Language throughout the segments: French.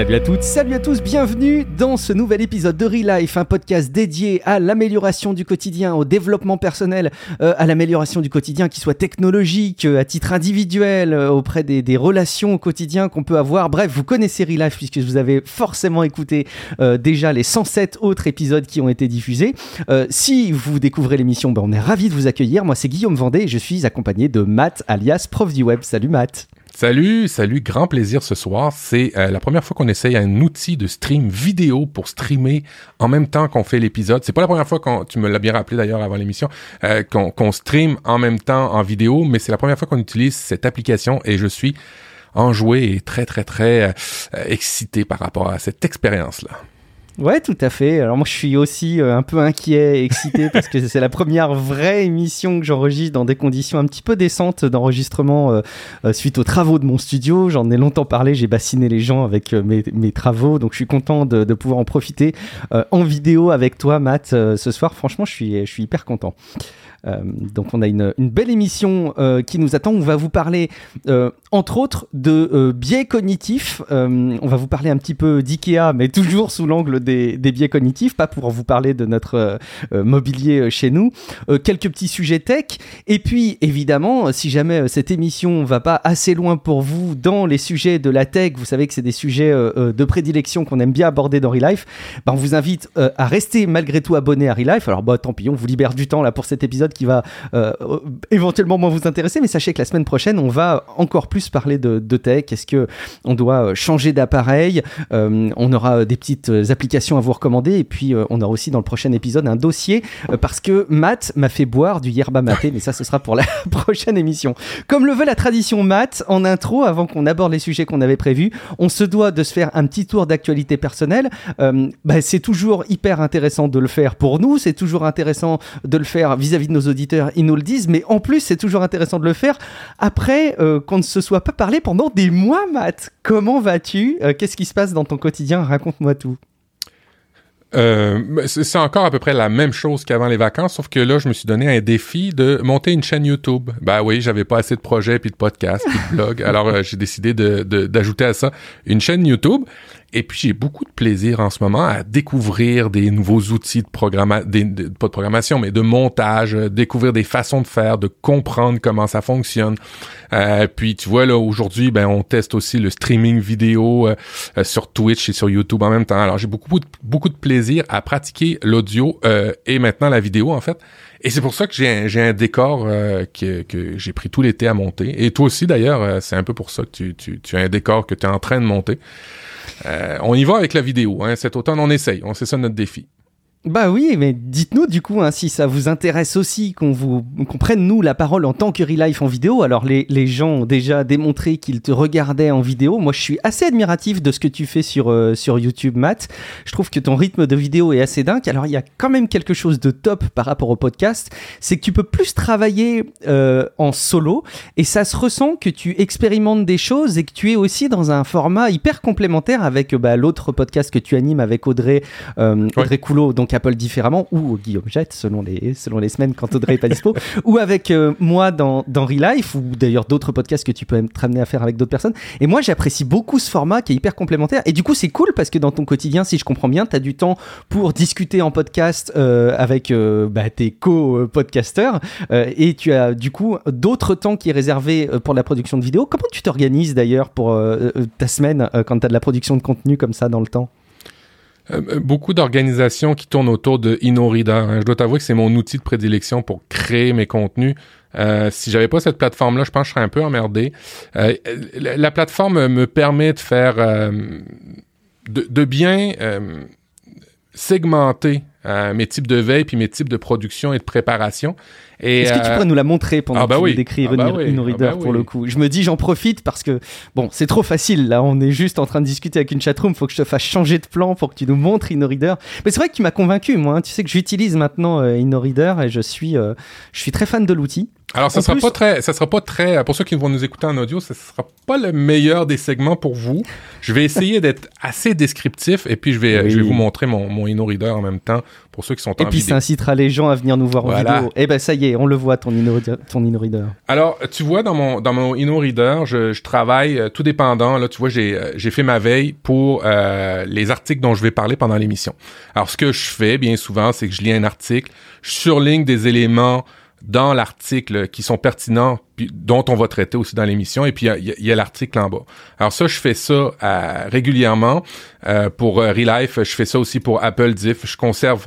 Salut à toutes, salut à tous, bienvenue dans ce nouvel épisode de Relife, un podcast dédié à l'amélioration du quotidien, au développement personnel, à l'amélioration du quotidien qui soit technologique, à titre individuel, auprès des relations au quotidien qu'on peut avoir. Bref, vous connaissez Relife puisque vous avez forcément écouté déjà les 107 autres épisodes qui ont été diffusés. Si vous découvrez l'émission, on est ravis de vous accueillir. Moi, c'est Guillaume Vendée et je suis accompagné de Matt, alias Prof du Web. Salut Matt. Salut, grand plaisir ce soir. C'est la première fois qu'on essaye un outil de stream vidéo pour streamer en même temps qu'on fait l'épisode. C'est pas la première fois tu me l'as bien rappelé d'ailleurs avant l'émission, qu'on stream en même temps en vidéo, mais c'est la première fois qu'on utilise cette application et je suis enjoué et très excité par rapport à cette expérience-là. Ouais, tout à fait. Alors moi, je suis aussi un peu inquiet, excité, parce que c'est la première vraie émission que j'enregistre dans des conditions un petit peu décentes d'enregistrement suite aux travaux de mon studio. J'en ai longtemps parlé, j'ai bassiné les gens avec mes travaux, donc je suis content de pouvoir en profiter en vidéo avec toi, Matt, ce soir. Franchement, je suis hyper content. Donc on a une belle émission qui nous attend. On va vous parler entre autres de biais cognitifs. On va vous parler un petit peu d'IKEA, mais toujours sous l'angle des biais cognitifs, pas pour vous parler de notre mobilier chez nous. Quelques petits sujets tech. Et puis évidemment, si jamais cette émission va pas assez loin pour vous dans les sujets de la tech, vous savez que c'est des sujets de prédilection qu'on aime bien aborder dans Relife, on vous invite à rester malgré tout abonné à Relife. Alors tant pis, on vous libère du temps là pour cet épisode qui va éventuellement moins vous intéresser, mais sachez que la semaine prochaine on va encore plus parler de tech. Est-ce que on doit changer d'appareil, on aura des petites applications à vous recommander et puis on aura aussi dans le prochain épisode un dossier parce que Matt m'a fait boire du yerba maté, mais ça ce sera pour la prochaine émission. Comme le veut la tradition Matt, en intro, avant qu'on aborde les sujets qu'on avait prévus, on se doit de se faire un petit tour d'actualité personnelle. C'est toujours hyper intéressant de le faire pour nous, c'est toujours intéressant de le faire vis-à-vis de nos auditeurs, ils nous le disent, mais en plus c'est toujours intéressant de le faire après qu'on ne se soit pas parlé pendant des mois. Matt, comment vas-tu? Qu'est-ce qui se passe dans ton quotidien? Raconte-moi tout. C'est encore à peu près la même chose qu'avant les vacances, sauf que là, je me suis donné un défi de monter une chaîne YouTube. Oui, j'avais pas assez de projets, puis de podcasts, puis de blogs, alors j'ai décidé d'ajouter à ça une chaîne YouTube. Et puis, j'ai beaucoup de plaisir en ce moment à découvrir des nouveaux outils pas de programmation, mais de montage, découvrir des façons de faire, de comprendre comment ça fonctionne. Puis, tu vois, là, aujourd'hui, on teste aussi le streaming vidéo sur Twitch et sur YouTube en même temps. Alors, j'ai beaucoup de plaisir à pratiquer l'audio et maintenant la vidéo, en fait. Et c'est pour ça que j'ai un décor que j'ai pris tout l'été à monter. Et toi aussi, d'ailleurs, c'est un peu pour ça que tu as un décor que tu es en train de monter. On y va avec la vidéo, hein. Cet automne, on essaye. C'est ça notre défi. Oui, mais dites-nous du coup si ça vous intéresse aussi qu'on prenne nous la parole en tant que Relife en vidéo. Alors les gens ont déjà démontré qu'ils te regardaient en vidéo. Moi je suis assez admiratif de ce que tu fais sur YouTube, Matt. Je trouve que ton rythme de vidéo est assez dingue. Alors il y a quand même quelque chose de top par rapport au podcast, c'est que tu peux plus travailler en solo et ça se ressent que tu expérimentes des choses et que tu es aussi dans un format hyper complémentaire avec l'autre podcast que tu animes avec Audrey Coulot, donc Apple différemment, ou Guillaume Jette selon les semaines quand Audrey est pas dispo, ou avec moi dans Relife, ou d'ailleurs d'autres podcasts que tu peux être amené à faire avec d'autres personnes. Et moi j'apprécie beaucoup ce format qui est hyper complémentaire et du coup c'est cool parce que dans ton quotidien, si je comprends bien, tu as du temps pour discuter en podcast avec tes co-podcasters et tu as du coup d'autres temps qui est réservé pour la production de vidéos. Comment tu t'organises d'ailleurs pour ta semaine quand tu as de la production de contenu comme ça dans le temps? Beaucoup d'organisations qui tournent autour de InnoReader. Je dois t'avouer que c'est mon outil de prédilection pour créer mes contenus. Si j'avais pas cette plateforme-là, je pense que je serais un peu emmerdé. La plateforme me permet de faire de bien segmenter mes types de veille puis mes types de production et de préparation. Et est-ce que tu pourrais nous la montrer pendant que tu veux décrire InnoReader pour le coup? Je me dis, j'en profite parce que, c'est trop facile, là, on est juste en train de discuter avec une chatroom, faut que je te fasse changer de plan pour que tu nous montres InnoReader. Mais c'est vrai que tu m'as convaincu, moi, hein. Tu sais que j'utilise maintenant InnoReader et je suis très fan de l'outil. Alors, ça sera pas très, pour ceux qui vont nous écouter en audio, ça sera pas le meilleur des segments pour vous. Je vais essayer d'être assez descriptif et puis je vais vous montrer mon InnoReader en même temps pour ceux qui sont en vidéo. Et puis ça incitera les gens à venir nous voir en vidéo. Eh ben ça y est, on le voit ton InnoReader. Alors, tu vois, dans mon InnoReader, je travaille tout dépendant. Là, tu vois, j'ai fait ma veille pour les articles dont je vais parler pendant l'émission. Alors, ce que je fais bien souvent, c'est que je lis un article, je surligne des éléments dans l'article qui sont pertinents, puis dont on va traiter aussi dans l'émission, et puis il y a l'article en bas. Alors ça, je fais ça régulièrement. Pour Relife, je fais ça aussi pour Apple Diff. Je conserve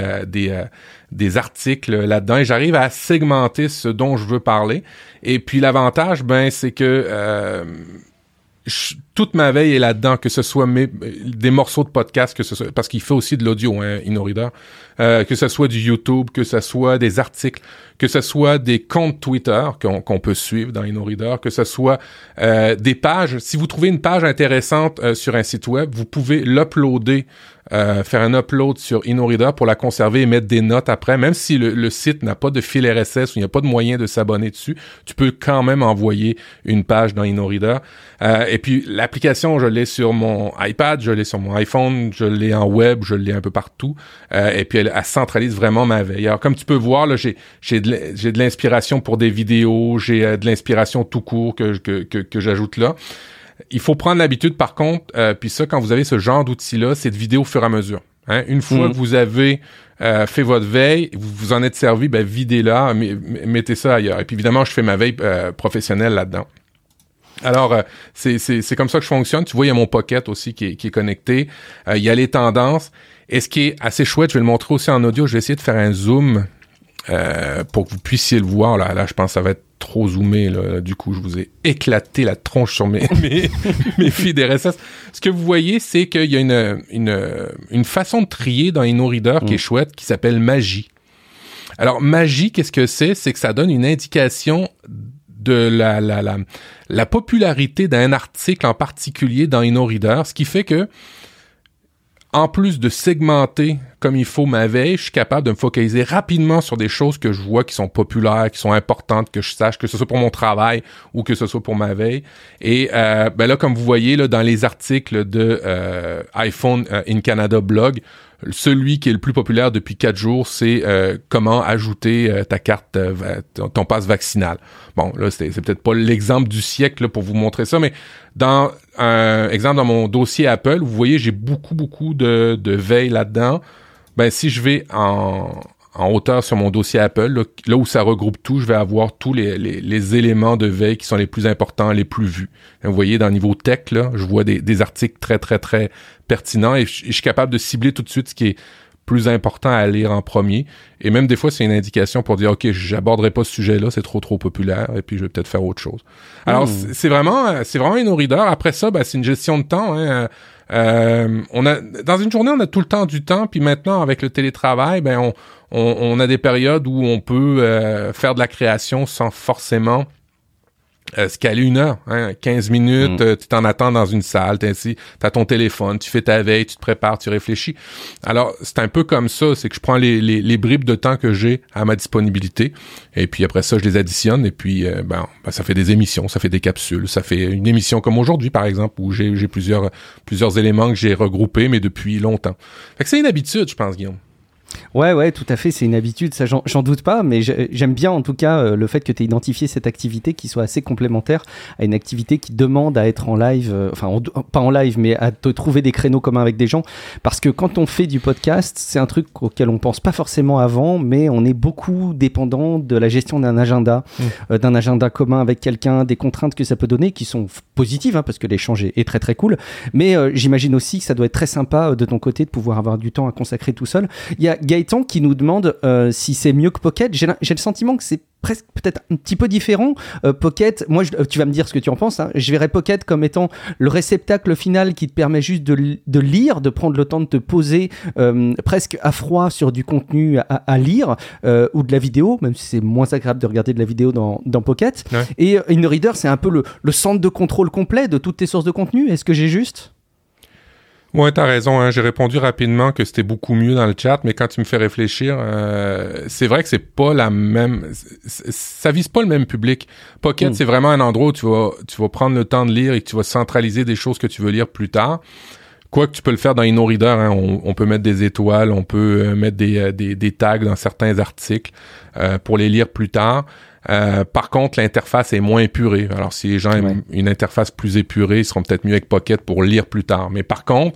des articles là-dedans et j'arrive à segmenter ce dont je veux parler. Et puis l'avantage, c'est que toute ma veille est là-dedans, que ce soit des morceaux de podcast, que ce soit, parce qu'il fait aussi de l'audio, InnoReader, que ce soit du YouTube, que ce soit des articles, que ce soit des comptes Twitter qu'on peut suivre dans InnoReader, que ce soit des pages. Si vous trouvez une page intéressante sur un site web, vous pouvez l'uploader, faire un upload sur InnoReader pour la conserver et mettre des notes après. Même si le site n'a pas de fil RSS ou il n'y a pas de moyen de s'abonner dessus, tu peux quand même envoyer une page dans InnoReader. Et puis l'application, je l'ai sur mon iPad, je l'ai sur mon iPhone, je l'ai en web, je l'ai un peu partout. Et puis elle centralise vraiment ma veille. Alors comme tu peux voir, là, j'ai de l'inspiration pour des vidéos, j'ai de l'inspiration tout court que j'ajoute là. Il faut prendre l'habitude, par contre, puis ça, quand vous avez ce genre d'outil-là, c'est de vidéo au fur et à mesure. Une fois que vous avez fait votre veille, vous vous en êtes servi, videz-la, mettez ça ailleurs. Et puis évidemment, je fais ma veille professionnelle là-dedans. Alors, c'est comme ça que je fonctionne. Tu vois, il y a mon Pocket aussi qui est connecté. Il y a les tendances. Et ce qui est assez chouette, je vais le montrer aussi en audio, je vais essayer de faire un zoom pour que vous puissiez le voir. Là, je pense que ça va être trop zoomé. Là. Du coup, je vous ai éclaté la tronche sur mes feeds RSS. Ce que vous voyez, c'est qu'il y a une façon de trier dans InnoReader qui est chouette, qui s'appelle Magie. Alors, Magie, qu'est-ce que c'est? C'est que ça donne une indication de la popularité d'un article en particulier dans InnoReader, ce qui fait que en plus de segmenter comme il faut ma veille, je suis capable de me focaliser rapidement sur des choses que je vois qui sont populaires, qui sont importantes, que je sache, que ce soit pour mon travail ou que ce soit pour ma veille. Et là, comme vous voyez, là, dans les articles de iPhone in Canada blog, celui qui est le plus populaire depuis 4 jours, c'est comment ajouter ta carte, ton passe vaccinal. Bon, là, c'est peut-être pas l'exemple du siècle là, pour vous montrer ça, mais dans un exemple dans mon dossier Apple, vous voyez, j'ai beaucoup de veille là-dedans. Si je vais en hauteur sur mon dossier Apple, là où ça regroupe tout, je vais avoir tous les éléments de veille qui sont les plus importants, les plus vus. Vous voyez, dans le niveau tech, là, je vois des articles très, très, très pertinents et je suis capable de cibler tout de suite ce qui est plus important à lire en premier. Et même des fois, c'est une indication pour dire, OK, j'aborderai pas ce sujet-là, c'est trop populaire, et puis je vais peut-être faire autre chose. Alors, c'est vraiment InnoReader. Après ça, c'est une gestion de temps, dans une journée, on a tout le temps du temps, puis maintenant, avec le télétravail, on a des périodes où on peut faire de la création sans forcément se caler 1 heure, 15 minutes, tu t'en attends dans une salle, t'as ton téléphone, tu fais ta veille, tu te prépares, tu réfléchis. Alors, c'est un peu comme ça, c'est que je prends les bribes de temps que j'ai à ma disponibilité, et puis après ça, je les additionne, et puis ça fait des émissions, ça fait des capsules, ça fait une émission comme aujourd'hui, par exemple, où j'ai plusieurs éléments que j'ai regroupés, mais depuis longtemps. Fait que c'est une habitude, je pense, Guillaume. Ouais, tout à fait, c'est une habitude, ça j'en doute pas, mais j'aime bien en tout cas le fait que tu aies identifié cette activité qui soit assez complémentaire à une activité qui demande à être en live, pas en live, mais à te trouver des créneaux communs avec des gens, parce que quand on fait du podcast, c'est un truc auquel on pense pas forcément avant, mais on est beaucoup dépendant de la gestion d'un agenda commun avec quelqu'un, des contraintes que ça peut donner, qui sont positives, parce que l'échange est très très cool, mais j'imagine aussi que ça doit être très sympa de ton côté de pouvoir avoir du temps à consacrer tout seul. Il y a Gaëtan qui nous demande si c'est mieux que Pocket. J'ai le sentiment que c'est presque peut-être un petit peu différent. Pocket, moi, tu vas me dire ce que tu en penses. Je verrais Pocket comme étant le réceptacle final qui te permet juste de lire, de prendre le temps de te poser presque à froid sur du contenu à lire ou de la vidéo, même si c'est moins agréable de regarder de la vidéo dans Pocket. Ouais. Et InnoReader, c'est un peu le centre de contrôle complet de toutes tes sources de contenu. Est-ce que j'ai juste ? Ouais, t'as raison, hein. J'ai répondu rapidement que c'était beaucoup mieux dans le chat, mais quand tu me fais réfléchir, c'est vrai que c'est pas la même... Ça vise pas le même public. Pocket, c'est vraiment un endroit où tu vas prendre le temps de lire et que tu vas centraliser des choses que tu veux lire plus tard. Quoique tu peux le faire dans InnoReader, hein. On peut mettre des étoiles, on peut mettre des tags dans certains articles pour les lire plus tard. Par contre, l'interface est moins épurée. Alors, si les gens aiment une interface plus épurée, ils seront peut-être mieux avec Pocket pour lire plus tard. Mais par contre,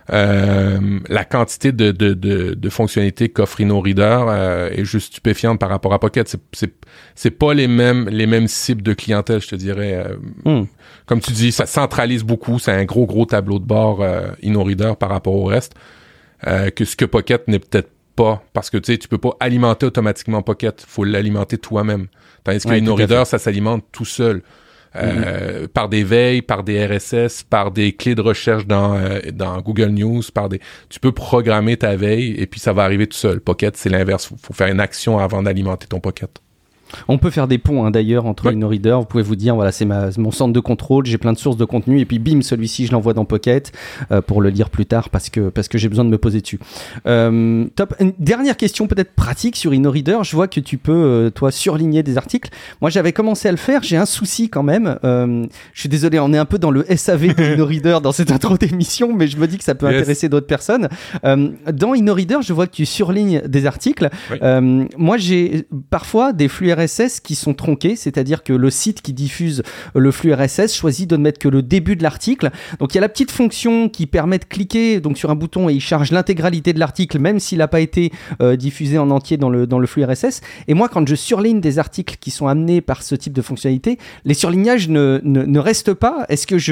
la quantité de fonctionnalités qu'offre InnoReader est juste stupéfiante par rapport à Pocket. C'est pas les mêmes cibles de clientèle, je te dirais. Comme tu dis, ça centralise beaucoup. C'est un gros tableau de bord InnoReader par rapport au reste. Que ce que Pocket n'est peut-être pas, parce que tu sais, tu peux pas alimenter automatiquement Pocket, faut l'alimenter toi-même. Tandis que InnoReader, ça s'alimente tout seul. Par des veilles, par des RSS, par des clés de recherche dans Google News, tu peux programmer ta veille et puis ça va arriver tout seul. Pocket, c'est l'inverse. Faut faire une action avant d'alimenter ton Pocket. On peut faire des ponts d'ailleurs entre InnoReader. Vous pouvez vous dire voilà, c'est mon centre de contrôle, j'ai plein de sources de contenu et puis bim, celui-ci je l'envoie dans Pocket pour le lire plus tard parce que j'ai besoin de me poser dessus. Top. Une dernière question peut-être pratique sur InnoReader. Je vois que tu peux toi surligner des articles. Moi j'avais commencé à le faire. J'ai un souci quand même. Je suis désolé, on est un peu dans le SAV d'InnoReader dans cette intro d'émission, mais je me dis que ça peut intéresser d'autres personnes. Dans InnoReader, je vois que tu surlignes des articles. Moi j'ai parfois des flux RSS qui sont tronqués, c'est-à-dire que le site qui diffuse le flux RSS choisit de ne mettre que le début de l'article. Donc il y a la petite fonction qui permet de cliquer donc sur un bouton et il charge l'intégralité de l'article même s'il n'a pas été diffusé en entier dans le flux RSS. Et moi quand je surligne des articles qui sont amenés par ce type de fonctionnalité, les surlignages ne restent pas. Est-ce que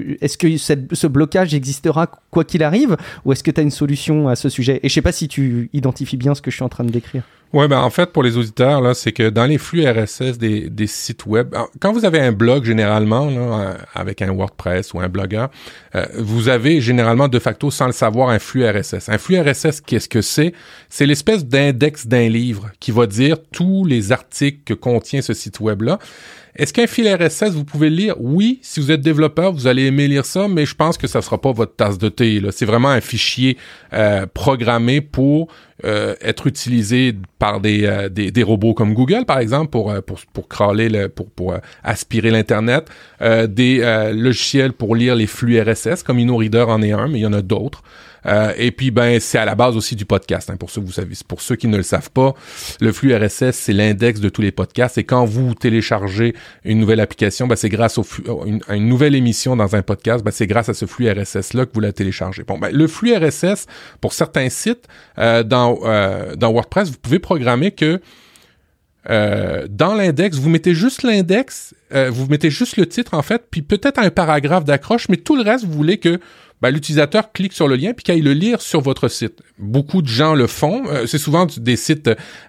ce blocage existera quoi qu'il arrive ou est-ce que tu as une solution à ce sujet? Et je ne sais pas si tu identifies bien ce que je suis en train de décrire. Ouais, en fait, pour les auditeurs, là, c'est que dans les flux RSS des sites web, quand vous avez un blog, généralement, là, avec un WordPress ou un blogueur, vous avez généralement, de facto, sans le savoir, un flux RSS. Un flux RSS, qu'est-ce que c'est? C'est l'espèce d'index d'un livre qui va dire tous les articles que contient ce site web-là. Est-ce qu'un fil RSS, vous pouvez le lire? Oui, si vous êtes développeur, vous allez aimer lire ça, mais je pense que ça sera pas votre tasse de thé, là. C'est vraiment un fichier programmé pour être utilisé par des robots comme Google, par exemple, pour crawler, pour aspirer l'Internet, des logiciels pour lire les flux RSS, comme InnoReader en est un, mais il y en a d'autres. Et puis, c'est à la base aussi du podcast. Hein, pour ceux qui ne le savent pas, le flux RSS, c'est l'index de tous les podcasts. Et quand vous téléchargez une nouvelle application, c'est grâce à une nouvelle émission dans un podcast, c'est grâce à ce flux RSS-là que vous la téléchargez. Bon, le flux RSS, pour certains sites, dans WordPress, vous pouvez programmer que dans l'index, vous mettez juste l'index, vous mettez juste le titre, en fait, puis peut-être un paragraphe d'accroche, mais tout le reste, vous voulez que l'utilisateur clique sur le lien puis qu'il aille le lire sur votre site. Beaucoup de gens le font. C'est souvent des sites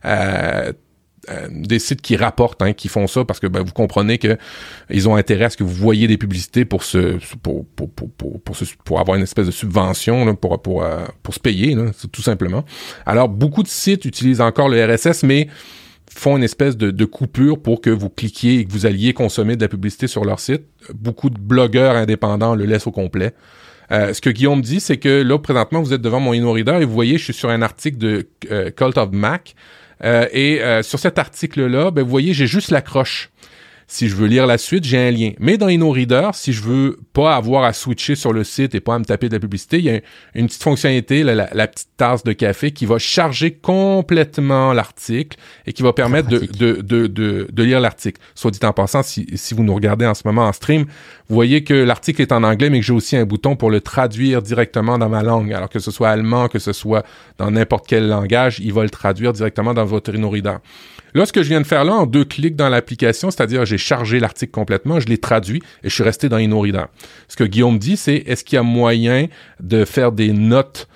qui rapportent, hein, qui font ça parce que vous comprenez que ils ont intérêt à ce que vous voyez des publicités pour avoir une espèce de subvention là, pour se payer, là, tout simplement. Alors beaucoup de sites utilisent encore le RSS, mais font une espèce de coupure pour que vous cliquiez et que vous alliez consommer de la publicité sur leur site. Beaucoup de blogueurs indépendants le laissent au complet. Ce que Guillaume dit, c'est que là, présentement, vous êtes devant mon InnoReader et vous voyez, je suis sur un article de Cult of Mac. Et sur cet article-là, vous voyez, j'ai juste l'accroche. Si je veux lire la suite, j'ai un lien. Mais dans InnoReader, si je veux pas avoir à switcher sur le site et pas à me taper de la publicité, il y a une petite fonctionnalité, la petite tasse de café, qui va charger complètement l'article et qui va permettre de lire l'article. Soit dit en passant, si vous nous regardez en ce moment en stream, vous voyez que l'article est en anglais, mais que j'ai aussi un bouton pour le traduire directement dans ma langue. Alors que ce soit allemand, que ce soit dans n'importe quel langage, il va le traduire directement dans votre InnoReader. Là, ce que je viens de faire là, en 2 clics dans l'application, c'est-à-dire j'ai chargé l'article complètement, je l'ai traduit et je suis resté dans InnoReader. Ce que Guillaume dit, c'est est-ce qu'il y a moyen de faire des notes,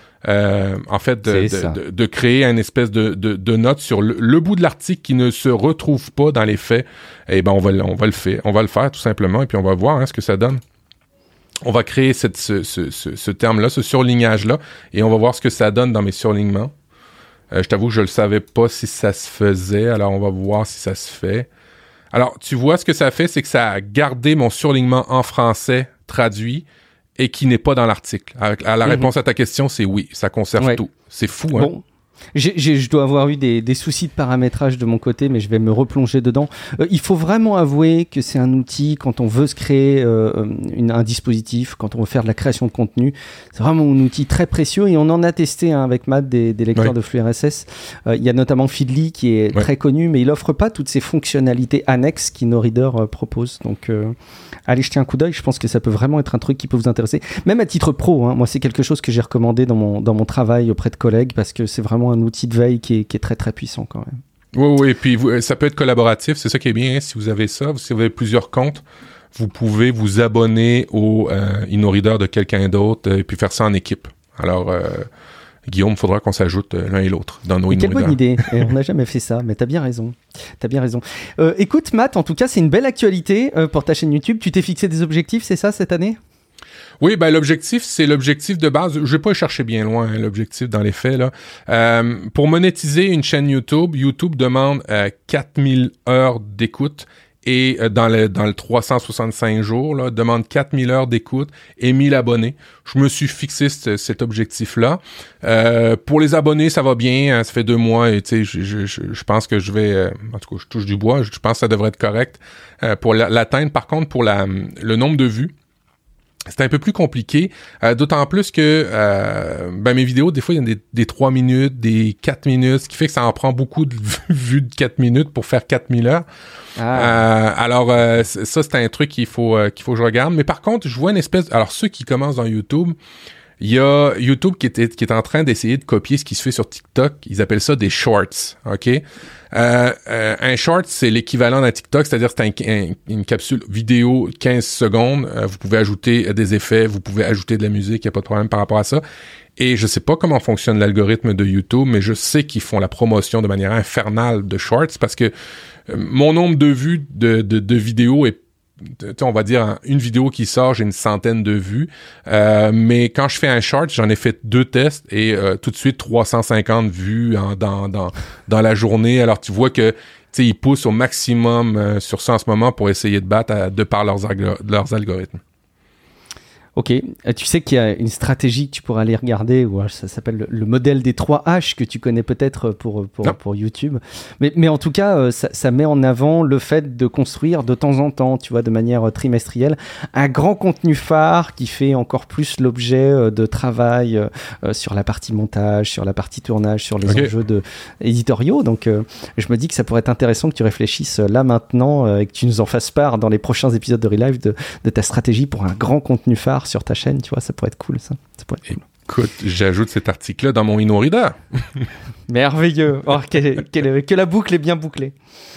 de créer une espèce de notes sur le bout de l'article qui ne se retrouve pas dans les faits. Eh ben, on va le faire tout simplement et puis on va voir ce que ça donne. On va créer ce terme-là, ce surlignage-là et on va voir ce que ça donne dans mes surlignements. Je t'avoue que je le savais pas si ça se faisait, alors on va voir si ça se fait. Alors, tu vois, ce que ça fait, c'est que ça a gardé mon surlignement en français traduit et qui n'est pas dans l'article. La réponse à ta question, c'est oui, ça conserve tout. C'est fou, hein? Bon. Je dois avoir eu des soucis de paramétrage de mon côté, mais je vais me replonger dedans. Il faut vraiment avouer que c'est un outil quand on veut se créer un dispositif, quand on veut faire de la création de contenu. C'est vraiment un outil très précieux et on en a testé avec Matt des lecteurs de flux RSS. Il y a notamment Feedly qui est très connu, mais il offre pas toutes ces fonctionnalités annexes qu'InnoReader propose. Donc, allez jeter un coup d'œil. Je pense que ça peut vraiment être un truc qui peut vous intéresser. Même à titre pro, hein. Moi, c'est quelque chose que j'ai recommandé dans mon travail auprès de collègues parce que c'est vraiment un outil de veille qui est très très puissant quand même. Oui, et puis ça peut être collaboratif, c'est ça qui est bien, hein, si vous avez ça, si vous avez plusieurs comptes, vous pouvez vous abonner au InnoReader de quelqu'un d'autre et puis faire ça en équipe. Alors, Guillaume, il faudra qu'on s'ajoute l'un et l'autre dans nos InnoReader. Quelle bonne idée, on n'a jamais fait ça, mais t'as bien raison. Écoute Matt, en tout cas c'est une belle actualité pour ta chaîne YouTube, tu t'es fixé des objectifs, c'est ça cette année ? Oui, ben l'objectif, c'est l'objectif de base. Je vais pas chercher bien loin, hein, l'objectif dans les faits, là. Pour monétiser une chaîne YouTube, YouTube demande 4000 heures d'écoute et dans le 365 jours, là, demande 4000 heures d'écoute et 1000 abonnés. Je me suis fixé cet objectif-là. Pour les abonnés, ça va bien, hein, ça fait 2 mois et tu sais, je pense que je vais, en tout cas, je touche du bois, je pense que ça devrait être correct pour l'atteindre. Par contre, pour le nombre de vues, c'est un peu plus compliqué, d'autant plus que mes vidéos, des fois, il y a des 3 minutes, des 4 minutes, ce qui fait que ça en prend beaucoup de vues de 4 minutes pour faire 4000 heures. Alors, ça, c'est un truc qu'il faut que je regarde. Mais par contre, je vois une espèce... Alors, ceux qui commencent dans YouTube, il y a YouTube qui est en train d'essayer de copier ce qui se fait sur TikTok. Ils appellent ça des shorts, OK? Un short, c'est l'équivalent d'un TikTok, c'est-à-dire c'est une capsule vidéo 15 secondes. Vous pouvez ajouter des effets, vous pouvez ajouter de la musique, il n'y a pas de problème par rapport à ça. Et je sais pas comment fonctionne l'algorithme de YouTube, mais je sais qu'ils font la promotion de manière infernale de shorts parce que mon nombre de vues de vidéos est, on va dire, une vidéo qui sort, j'ai une centaine de vues. Mais quand je fais un short, j'en ai fait 2 tests et tout de suite 350 vues dans la journée. Alors tu vois que ils poussent au maximum sur ça en ce moment pour essayer de battre de par leurs algorithmes. Ok, tu sais qu'il y a une stratégie que tu pourras aller regarder, ou ça s'appelle le modèle des 3 H que tu connais peut-être pour YouTube. Mais en tout cas, ça met en avant le fait de construire de temps en temps, tu vois, de manière trimestrielle, un grand contenu phare qui fait encore plus l'objet de travail sur la partie montage, sur la partie tournage, sur les enjeux éditoriaux. Donc, je me dis que ça pourrait être intéressant que tu réfléchisses là maintenant et que tu nous en fasses part dans les prochains épisodes de Relive de ta stratégie pour un grand contenu phare sur ta chaîne, tu vois, ça pourrait être cool, ça pourrait être cool. Écoute, j'ajoute cet article-là dans mon InnoReader. Merveilleux. Oh, que la boucle est bien bouclée.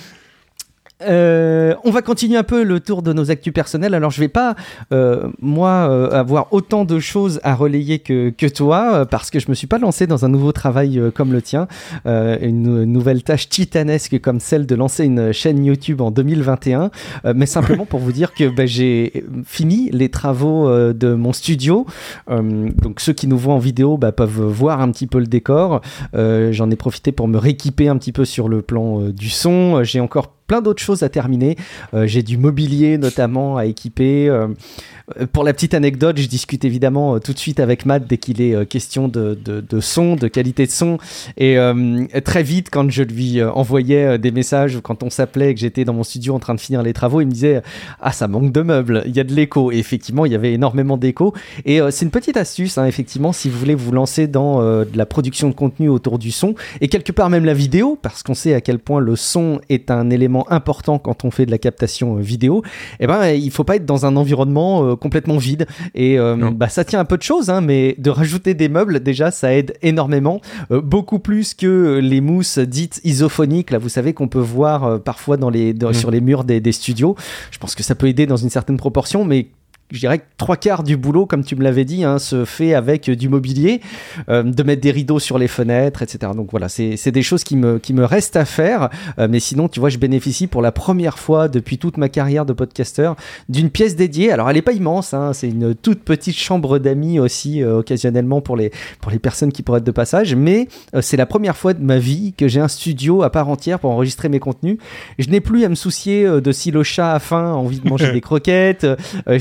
On va continuer un peu le tour de nos actus personnelles. Alors je vais pas avoir autant de choses à relayer que toi parce que je me suis pas lancé dans un nouveau travail comme le tien, une nouvelle tâche titanesque comme celle de lancer une chaîne YouTube en 2021, mais simplement pour vous dire que j'ai fini les travaux de mon studio. Donc ceux qui nous voient en vidéo peuvent voir un petit peu le décor. J'en ai profité pour me rééquiper un petit peu sur le plan du son. J'ai encore plein d'autres choses à terminer. J'ai du mobilier notamment à équiper. Pour la petite anecdote, je discute évidemment tout de suite avec Matt dès qu'il est question de son, de qualité de son. Et très vite, quand je lui envoyais des messages ou quand on s'appelait et que j'étais dans mon studio en train de finir les travaux, il me disait « Ah, ça manque de meubles, il y a de l'écho. » Et effectivement, il y avait énormément d'écho. Et c'est une petite astuce, hein, effectivement, si vous voulez vous lancer dans de la production de contenu autour du son et quelque part même la vidéo, parce qu'on sait à quel point le son est un élément important quand on fait de la captation vidéo, il faut pas être dans un environnement complètement vide et ça tient un peu de choses, hein, mais de rajouter des meubles déjà ça aide énormément, beaucoup plus que les mousses dites isophoniques là, vous savez qu'on peut voir parfois sur les murs des studios. Je pense que ça peut aider dans une certaine proportion, mais je dirais que 3/4 du boulot, comme tu me l'avais dit, se fait avec du mobilier, de mettre des rideaux sur les fenêtres, etc. Donc voilà, c'est des choses qui me restent à faire. Mais sinon, tu vois, je bénéficie pour la première fois depuis toute ma carrière de podcasteur d'une pièce dédiée. Alors, elle n'est pas immense, hein, c'est une toute petite chambre d'amis aussi, occasionnellement pour les personnes qui pourraient être de passage. Mais c'est la première fois de ma vie que j'ai un studio à part entière pour enregistrer mes contenus. Je n'ai plus à me soucier de si le chat a faim, envie de manger des croquettes. Je n'ai plus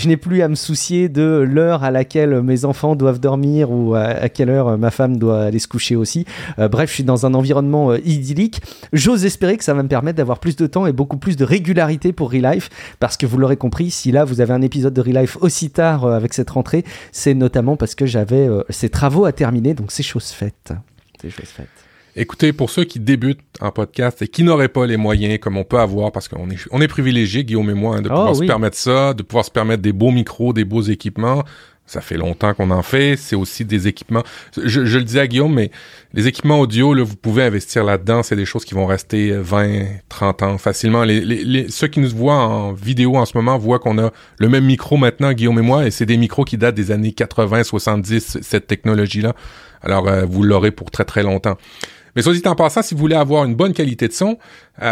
à me soucier de l'heure à laquelle mes enfants doivent dormir ou à quelle heure ma femme doit aller se coucher aussi. Bref, je suis dans un environnement idyllique. J'ose espérer que ça va me permettre d'avoir plus de temps et beaucoup plus de régularité pour Relife, parce que vous l'aurez compris, si là vous avez un épisode de Relife aussi tard avec cette rentrée, c'est notamment parce que j'avais ces travaux à terminer, donc c'est chose faite. Écoutez, pour ceux qui débutent en podcast et qui n'auraient pas les moyens comme on peut avoir, parce qu'on est privilégiés, Guillaume et moi, de pouvoir se permettre ça, de pouvoir se permettre des beaux micros, des beaux équipements. Ça fait longtemps qu'on en fait. C'est aussi des équipements. Je le disais à Guillaume, mais les équipements audio, là, vous pouvez investir là-dedans. C'est des choses qui vont rester 20, 30 ans facilement. Ceux qui nous voient en vidéo en ce moment voient qu'on a le même micro maintenant, Guillaume et moi, et c'est des micros qui datent des années 80, 70, cette technologie-là. Alors, vous l'aurez pour très, très longtemps. Mais soit dit en passant, si vous voulez avoir une bonne qualité de son,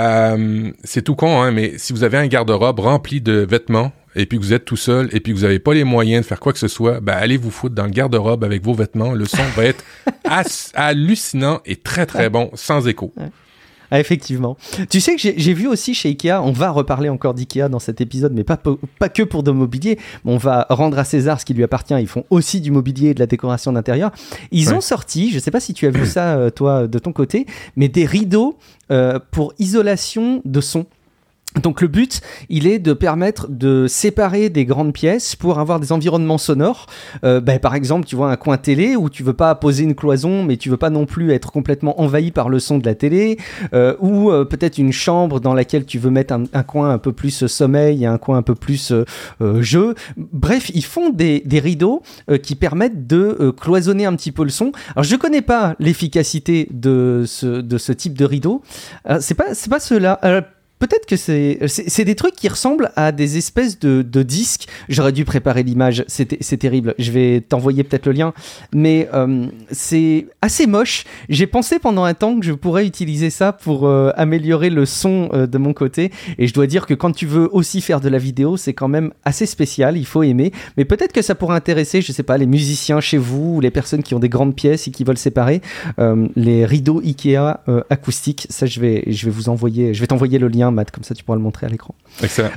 c'est tout con, hein, mais si vous avez un garde-robe rempli de vêtements, et puis que vous êtes tout seul, et puis que vous n'avez pas les moyens de faire quoi que ce soit, ben allez vous foutre dans le garde-robe avec vos vêtements. Le son va être hallucinant et très, très bon, sans écho. Ouais. Ah, effectivement. Tu sais que j'ai vu aussi chez Ikea, on va reparler encore d'Ikea dans cet épisode, mais pas que pour de mobilier. On va rendre à César ce qui lui appartient. Ils font aussi du mobilier et de la décoration d'intérieur. Ils ont sorti, je ne sais pas si tu as vu ça, toi, de ton côté, mais des rideaux pour isolation de son. Donc le but, il est de permettre de séparer des grandes pièces pour avoir des environnements sonores. Par exemple, tu vois un coin télé où tu veux pas poser une cloison, mais tu veux pas non plus être complètement envahi par le son de la télé, ou peut-être une chambre dans laquelle tu veux mettre un coin un peu plus sommeil et un coin un peu plus jeu. Bref, ils font des rideaux qui permettent de cloisonner un petit peu le son. Alors je connais pas l'efficacité de ce type de rideau. C'est pas ceux-là. Peut-être que c'est des trucs qui ressemblent à des espèces de disques. J'aurais dû préparer l'image, c'est terrible. Je vais t'envoyer peut-être le lien. Mais c'est assez moche. J'ai pensé pendant un temps que je pourrais utiliser ça pour améliorer le son de mon côté. Et je dois dire que quand tu veux aussi faire de la vidéo, c'est quand même assez spécial. Il faut aimer. Mais peut-être que ça pourrait intéresser, je sais pas, les musiciens chez vous ou les personnes qui ont des grandes pièces et qui veulent séparer. Les rideaux Ikea acoustiques. Ça, je vais vous envoyer. Je vais t'envoyer le lien, Matt, comme ça tu pourras le montrer à l'écran. Excellent.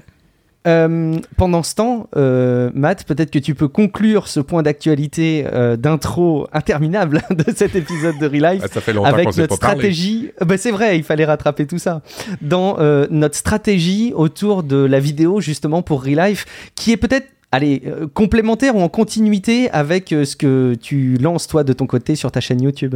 Pendant ce temps, Matt, peut-être que tu peux conclure ce point d'actualité d'intro interminable de cet épisode de Relife ça fait longtemps avec qu'on s'est notre pas stratégie. C'est vrai, il fallait rattraper tout ça. Dans notre stratégie autour de la vidéo justement pour Relife, qui est peut-être complémentaire ou en continuité avec ce que tu lances toi de ton côté sur ta chaîne YouTube.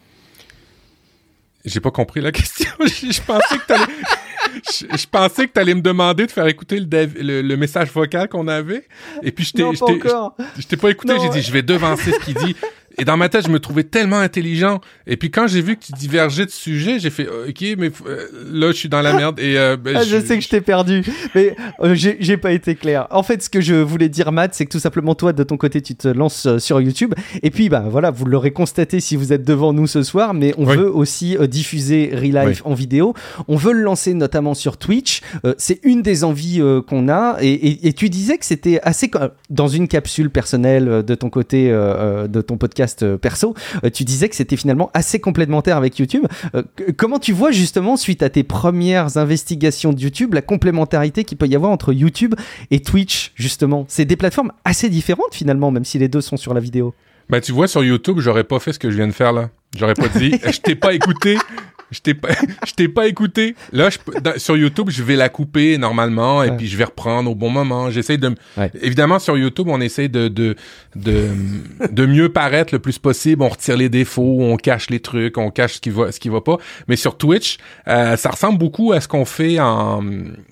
J'ai pas compris la question. Je pensais que t'allais... Je pensais que t'allais me demander de faire écouter le message vocal qu'on avait. Et puis je t'ai pas écouté. J'ai dit, je vais devancer ce qu'il dit. Et dans ma tête, je me trouvais tellement intelligent. Et puis quand j'ai vu que tu divergeais de sujet, j'ai fait OK, mais là, je suis dans la merde. Et je sais que je t'ai perdu, mais j'ai pas été clair. En fait, ce que je voulais dire, Matt, c'est que tout simplement, toi, de ton côté, tu te lances sur YouTube. Et puis, voilà, vous l'aurez constaté si vous êtes devant nous ce soir, mais on veut aussi diffuser Relife en vidéo. On veut le lancer notamment sur Twitch. C'est une des envies qu'on a. Et tu disais que c'était assez... Dans une capsule personnelle de ton côté, de ton podcast perso, tu disais que c'était finalement assez complémentaire avec YouTube. Comment tu vois justement, suite à tes premières investigations de YouTube, la complémentarité qu'il peut y avoir entre YouTube et Twitch, justement? C'est des plateformes assez différentes finalement, même si les deux sont sur la vidéo. Tu vois, sur YouTube, j'aurais pas fait ce que je viens de faire là. J'aurais pas dit « Je t'ai pas écouté ». Je t'ai pas écouté. Là, sur YouTube, je vais la couper normalement et puis je vais reprendre au bon moment. J'essaie de... Évidemment, sur YouTube, on essaie de mieux paraître le plus possible. On retire les défauts, on cache les trucs, on cache ce qui va pas. Mais sur Twitch, ça ressemble beaucoup à ce qu'on fait en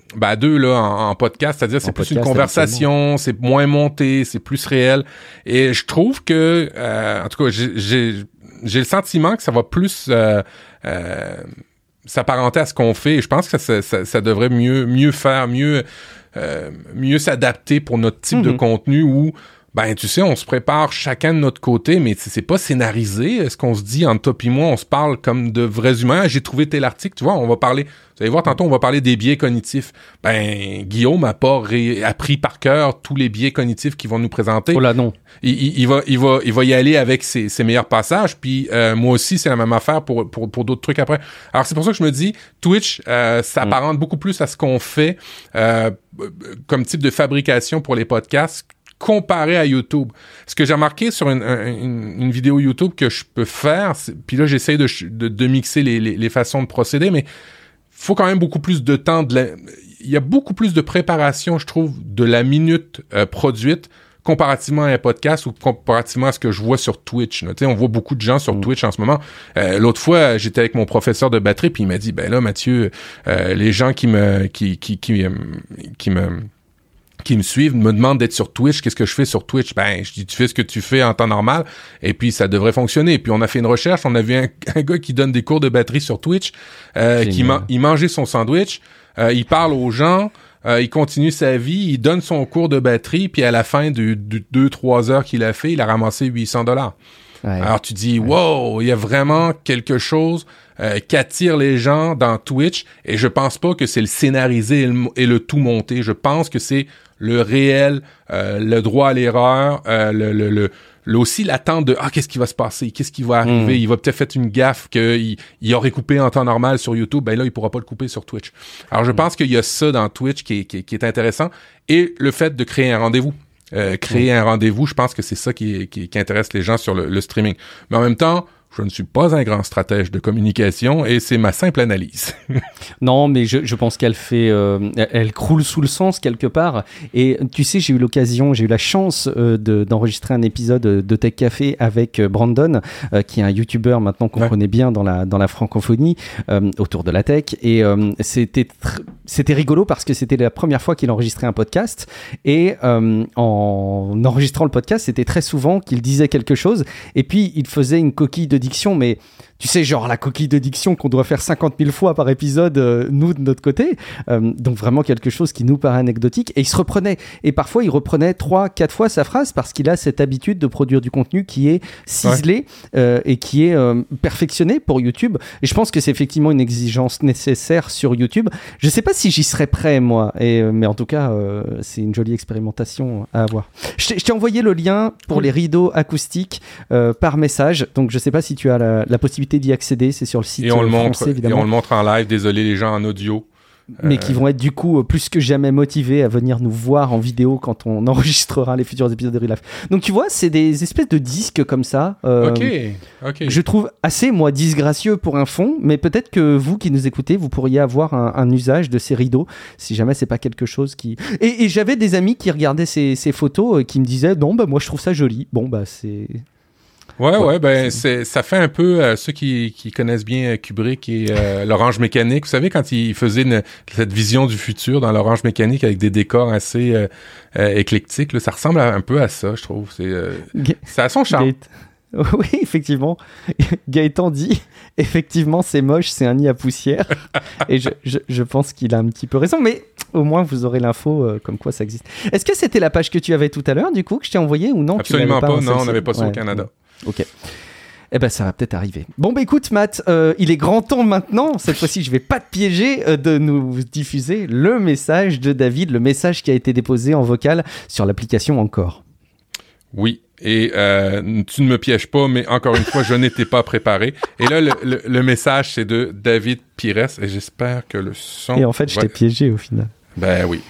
podcast. C'est-à-dire, c'est plus une conversation, c'est moins monté, c'est plus réel. Et je trouve que, en tout cas, j'ai le sentiment que ça va plus s'apparenter à ce qu'on fait. Et je pense que ça devrait mieux faire, mieux s'adapter pour notre type de contenu où, tu sais, on se prépare chacun de notre côté, mais c'est pas scénarisé. Ce qu'on se dit entre toi et moi, on se parle comme de vrais humains. J'ai trouvé tel article, tu vois, on va parler... Vous allez voir, tantôt, on va parler des biais cognitifs. Guillaume n'a pas appris par cœur tous les biais cognitifs qu'ils vont nous présenter. Oh là, non. Il va y aller avec ses meilleurs passages, puis moi aussi, c'est la même affaire pour d'autres trucs après. Alors, c'est pour ça que je me dis, Twitch, ça apparente beaucoup plus à ce qu'on fait comme type de fabrication pour les podcasts comparé à YouTube. Ce que j'ai remarqué sur une vidéo YouTube que je peux faire, puis là, j'essaie de mixer les façons de procéder, mais faut quand même beaucoup plus de temps. Il y a beaucoup plus de préparation, je trouve, de la minute produite comparativement à un podcast ou comparativement à ce que je vois sur Twitch. Tu sais, on voit beaucoup de gens sur Twitch en ce moment. L'autre fois, j'étais avec mon professeur de batterie, puis il m'a dit, ben là, Mathieu, les gens qui me suivent me demandent d'être sur Twitch. Qu'est-ce que je fais sur Twitch? Ben, je dis, tu fais ce que tu fais en temps normal, et puis ça devrait fonctionner. Puis on a fait une recherche, on a vu un gars qui donne des cours de batterie sur Twitch, il mangeait son sandwich, il parle aux gens, il continue sa vie, il donne son cours de batterie, puis à la fin de 2-3 heures qu'il a fait, il a ramassé $800. Ouais. Alors tu dis, wow, il y a vraiment quelque chose qui attire les gens dans Twitch, et je pense pas que c'est le scénarisé et le tout monté. Je pense que c'est le réel, le droit à l'erreur, aussi l'attente de qu'est-ce qui va se passer, qu'est-ce qui va arriver, il va peut-être faire une gaffe qu'il aurait coupé en temps normal sur YouTube, ben là il pourra pas le couper sur Twitch. Alors je pense qu'il y a ça dans Twitch qui est intéressant, et le fait de créer un rendez-vous. Créer un rendez-vous, je pense que c'est ça qui intéresse les gens sur le streaming. Mais en même temps, je ne suis pas un grand stratège de communication, et c'est ma simple analyse. Non, mais je pense qu'elle elle croule sous le sens quelque part. Et tu sais, j'ai eu la chance d'enregistrer un épisode de Tech Café avec Brandon, qui est un YouTuber maintenant qu'on connaît bien dans la francophonie, autour de la tech. Et c'était rigolo parce que c'était la première fois qu'il enregistrait un podcast. Et en enregistrant le podcast, c'était très souvent qu'il disait quelque chose, et puis il faisait une coquille de diction, mais tu sais, genre la coquille de diction qu'on doit faire 50 000 fois par épisode, nous de notre côté, donc vraiment quelque chose qui nous paraît anecdotique, et il se reprenait, et parfois il reprenait 3-4 fois sa phrase parce qu'il a cette habitude de produire du contenu qui est ciselé, et qui est perfectionné pour YouTube, et je pense que c'est effectivement une exigence nécessaire sur YouTube. Je sais pas si j'y serais prêt moi, mais en tout cas c'est une jolie expérimentation à avoir. Je t'ai envoyé le lien pour les rideaux acoustiques par message, donc je sais pas si tu as la possibilité d'y accéder, c'est sur le site français évidemment. Et on le montre en live, désolé les gens en audio. Mais qui vont être du coup plus que jamais motivés à venir nous voir en vidéo quand on enregistrera les futurs épisodes de Relife. Donc tu vois, c'est des espèces de disques comme ça. Ok. Je trouve assez, moi, disgracieux pour un fond, mais peut-être que vous qui nous écoutez, vous pourriez avoir un usage de ces rideaux, si jamais c'est pas quelque chose qui... Et j'avais des amis qui regardaient ces photos qui me disaient, non, bah moi je trouve ça joli. Bon, bah c'est... Ouais, ça fait un peu ceux qui connaissent bien Kubrick et l'Orange Mécanique. Vous savez, quand il faisait cette vision du futur dans l'Orange Mécanique avec des décors assez éclectiques, là, ça ressemble un peu à ça, je trouve. C'est à son charme. Oui, effectivement. Gaëtan dit, effectivement, c'est moche, c'est un nid à poussière. Et je pense qu'il a un petit peu raison, mais au moins vous aurez l'info comme quoi ça existe. Est-ce que c'était la page que tu avais tout à l'heure, du coup, que je t'ai envoyé, ou non? Absolument pas, non, on n'avait pas ça au Canada. Ok. Eh ben, ça va peut-être arriver. Bon, bah écoute, Matt, il est grand temps maintenant, cette fois-ci, je vais pas te piéger, de nous diffuser le message de David, le message qui a été déposé en vocal sur l'application Encore. Oui, et tu ne me pièges pas, mais encore une fois, je n'étais pas préparé. Et là, le message, c'est de David Pires, et j'espère que le son... Et en fait, je t'ai piégé au final. Ben oui.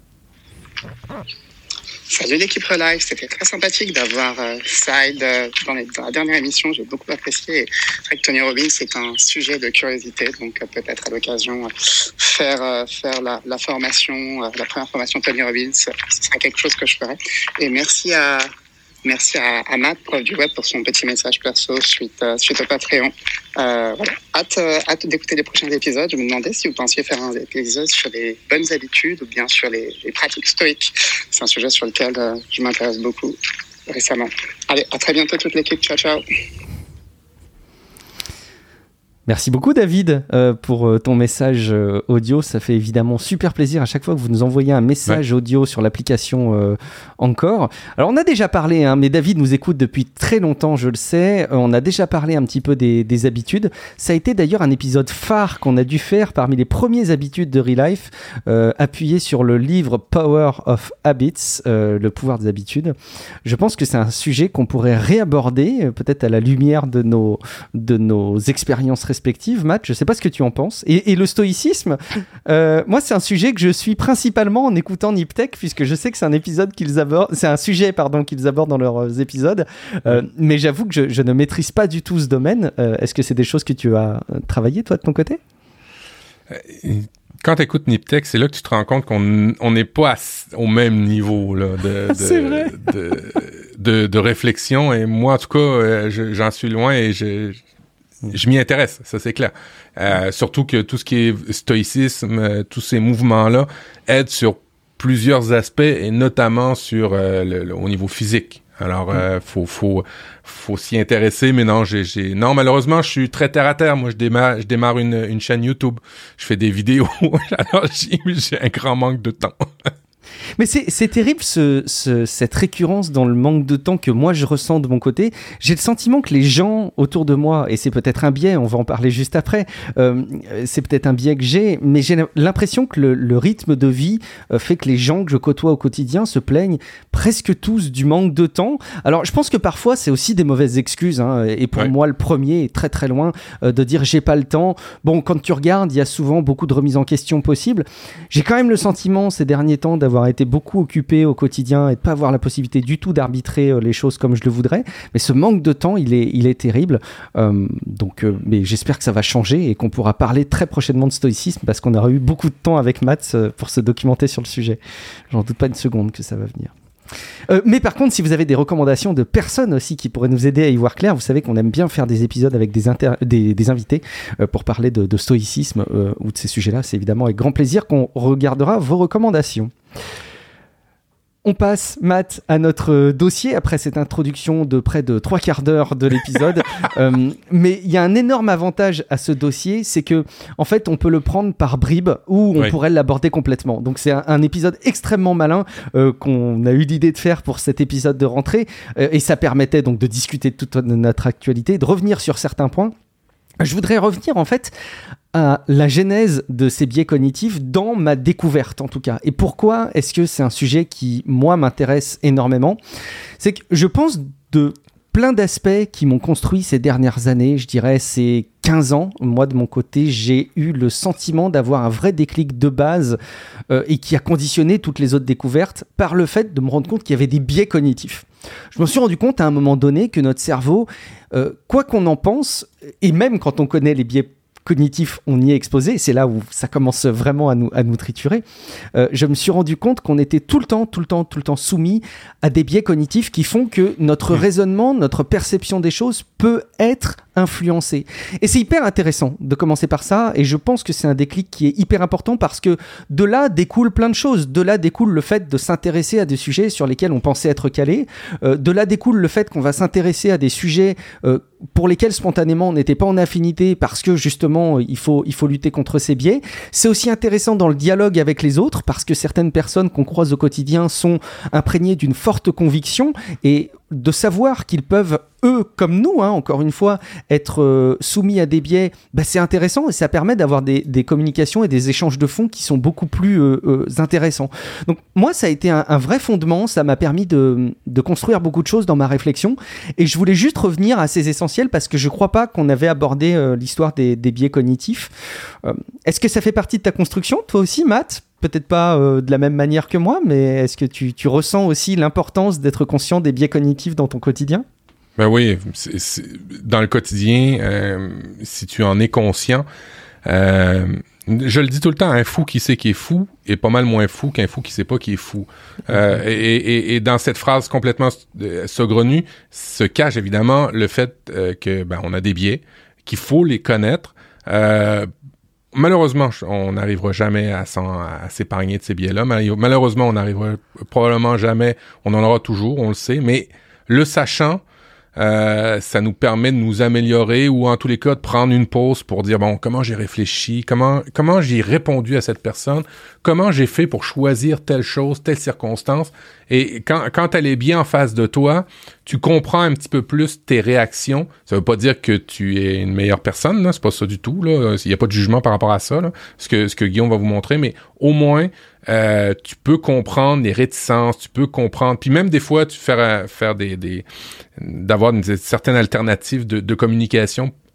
Salut l'équipe Relife, c'était très sympathique d'avoir Side dans la dernière émission, j'ai beaucoup apprécié. C'est vrai que Tony Robbins, c'est un sujet de curiosité, donc peut-être à l'occasion faire la formation, la première formation Tony Robbins, ce sera quelque chose que je ferai. Et merci à Matt, prof du web, pour son petit message perso suite au Patreon. Voilà. Hâte d'écouter les prochains épisodes. Je me demandais si vous pensiez faire un épisode sur les bonnes habitudes ou bien sur les pratiques stoïques. C'est un sujet sur lequel je m'intéresse beaucoup récemment. Allez, à très bientôt toute l'équipe. Ciao, ciao. Merci beaucoup David pour ton message audio, ça fait évidemment super plaisir à chaque fois que vous nous envoyez un message audio sur l'application Encore. Alors on a déjà parlé, mais David nous écoute depuis très longtemps, je le sais, on a déjà parlé un petit peu des habitudes, ça a été d'ailleurs un épisode phare qu'on a dû faire parmi les premières habitudes de Relife, appuyé sur le livre Power of Habits, le pouvoir des habitudes. Je pense que c'est un sujet qu'on pourrait réaborder, peut-être à la lumière de nos expériences récentes perspective, Matt, je sais pas ce que tu en penses. Et le stoïcisme, moi, c'est un sujet que je suis principalement en écoutant Niptech, puisque je sais que c'est un sujet qu'ils abordent dans leurs épisodes. Mais j'avoue que je ne maîtrise pas du tout ce domaine. Est-ce que c'est des choses que tu as travaillé, toi, de ton côté? Quand tu écoutes Niptech, c'est là que tu te rends compte qu'on n'est pas au même niveau là, de réflexion. Et moi, en tout cas, j'en suis loin et je m'y intéresse, ça c'est clair. Surtout que tout ce qui est stoïcisme, tous ces mouvements-là aident sur plusieurs aspects et notamment sur au niveau physique. Alors, faut s'y intéresser, mais non, non, malheureusement, je suis très terre à terre. Moi, je démarre une chaîne YouTube. Je fais des vidéos. Alors, j'ai un grand manque de temps. Mais c'est terrible cette récurrence dans le manque de temps que moi je ressens de mon côté. J'ai le sentiment que les gens autour de moi, et c'est peut-être un biais, on va en parler juste après, c'est peut-être un biais que j'ai, mais j'ai l'impression que le rythme de vie fait que les gens que je côtoie au quotidien se plaignent presque tous du manque de temps. Alors je pense que parfois c'est aussi des mauvaises excuses, hein, et pour moi le premier est très très loin de dire j'ai pas le temps. Bon, quand tu regardes, il y a souvent beaucoup de remises en question possibles. J'ai quand même le sentiment ces derniers temps d'avoir été beaucoup occupé au quotidien et de pas avoir la possibilité du tout d'arbitrer les choses comme je le voudrais, mais ce manque de temps il est terrible, mais j'espère que ça va changer et qu'on pourra parler très prochainement de stoïcisme parce qu'on aura eu beaucoup de temps avec Matt pour se documenter sur le sujet. J'en doute pas une seconde que ça va venir. Mais par contre, si vous avez des recommandations de personnes aussi qui pourraient nous aider à y voir clair, vous savez qu'on aime bien faire des épisodes avec des invités pour parler de stoïcisme ou de ces sujets-là. C'est évidemment avec grand plaisir qu'on regardera vos recommandations. On passe, Matt, à notre dossier après cette introduction de près de 3/4 d'heure de l'épisode. Mais il y a un énorme avantage à ce dossier, c'est que en fait, on peut le prendre par bribes ou on pourrait l'aborder complètement. Donc c'est un épisode extrêmement malin qu'on a eu l'idée de faire pour cet épisode de rentrée et ça permettait donc de discuter de toute notre actualité, de revenir sur certains points. Je voudrais revenir en fait à la genèse de ces biais cognitifs dans ma découverte en tout cas. Et pourquoi est-ce que c'est un sujet qui, moi, m'intéresse énormément ? C'est que je pense de plein d'aspects qui m'ont construit ces dernières années, je dirais ces 15 ans. Moi, de mon côté, j'ai eu le sentiment d'avoir un vrai déclic de base et qui a conditionné toutes les autres découvertes par le fait de me rendre compte qu'il y avait des biais cognitifs. Je me suis rendu compte à un moment donné que notre cerveau, quoi qu'on en pense, et même quand on connaît les biais cognitif, on y est exposé, c'est là où ça commence vraiment à nous triturer. Je me suis rendu compte qu'on était tout le temps soumis à des biais cognitifs qui font que notre raisonnement, notre perception des choses peut être influencée. Et c'est hyper intéressant de commencer par ça, et je pense que c'est un déclic qui est hyper important parce que de là découle plein de choses. De là découle le fait de s'intéresser à des sujets sur lesquels on pensait être calé. De là découle le fait qu'on va s'intéresser à des sujets pour lesquels spontanément on n'était pas en affinité parce que justement il faut lutter contre ces biais. C'est aussi intéressant dans le dialogue avec les autres parce que certaines personnes qu'on croise au quotidien sont imprégnées d'une forte conviction et de savoir qu'ils peuvent, eux comme nous, encore une fois, être soumis à des biais, c'est intéressant et ça permet d'avoir des communications et des échanges de fond qui sont beaucoup plus intéressants. Donc moi, ça a été un vrai fondement, ça m'a permis de construire beaucoup de choses dans ma réflexion et je voulais juste revenir à ces essentiels parce que je ne crois pas qu'on avait abordé l'histoire des biais cognitifs. Est-ce que ça fait partie de ta construction, toi aussi, Matt ? Peut-être pas de la même manière que moi, mais est-ce que tu ressens aussi l'importance d'être conscient des biais cognitifs dans ton quotidien ? Ben oui, c'est dans le quotidien, si tu en es conscient, je le dis tout le temps, un fou qui sait qu'il est fou est pas mal moins fou qu'un fou qui sait pas qu'il est fou. Et dans cette phrase complètement saugrenue se cache évidemment le fait que on a des biais, qu'il faut les connaître. Malheureusement, on n'arrivera jamais à s'épargner de ces biais-là. Malheureusement, on n'arrivera probablement jamais. On en aura toujours, on le sait. Mais le sachant, ça nous permet de nous améliorer ou en tous les cas de prendre une pause pour dire comment j'ai réfléchi, comment j'ai répondu à cette personne, comment j'ai fait pour choisir telle chose, telle circonstance. Et quand elle est bien en face de toi, tu comprends un petit peu plus tes réactions. Ça veut pas dire que tu es une meilleure personne, là, c'est pas ça du tout, là. Il y a pas de jugement par rapport à ça, là, ce que Guillaume va vous montrer, mais au moins tu peux comprendre les réticences, tu peux comprendre, puis même des fois tu faire d'avoir une certaine alternative de communication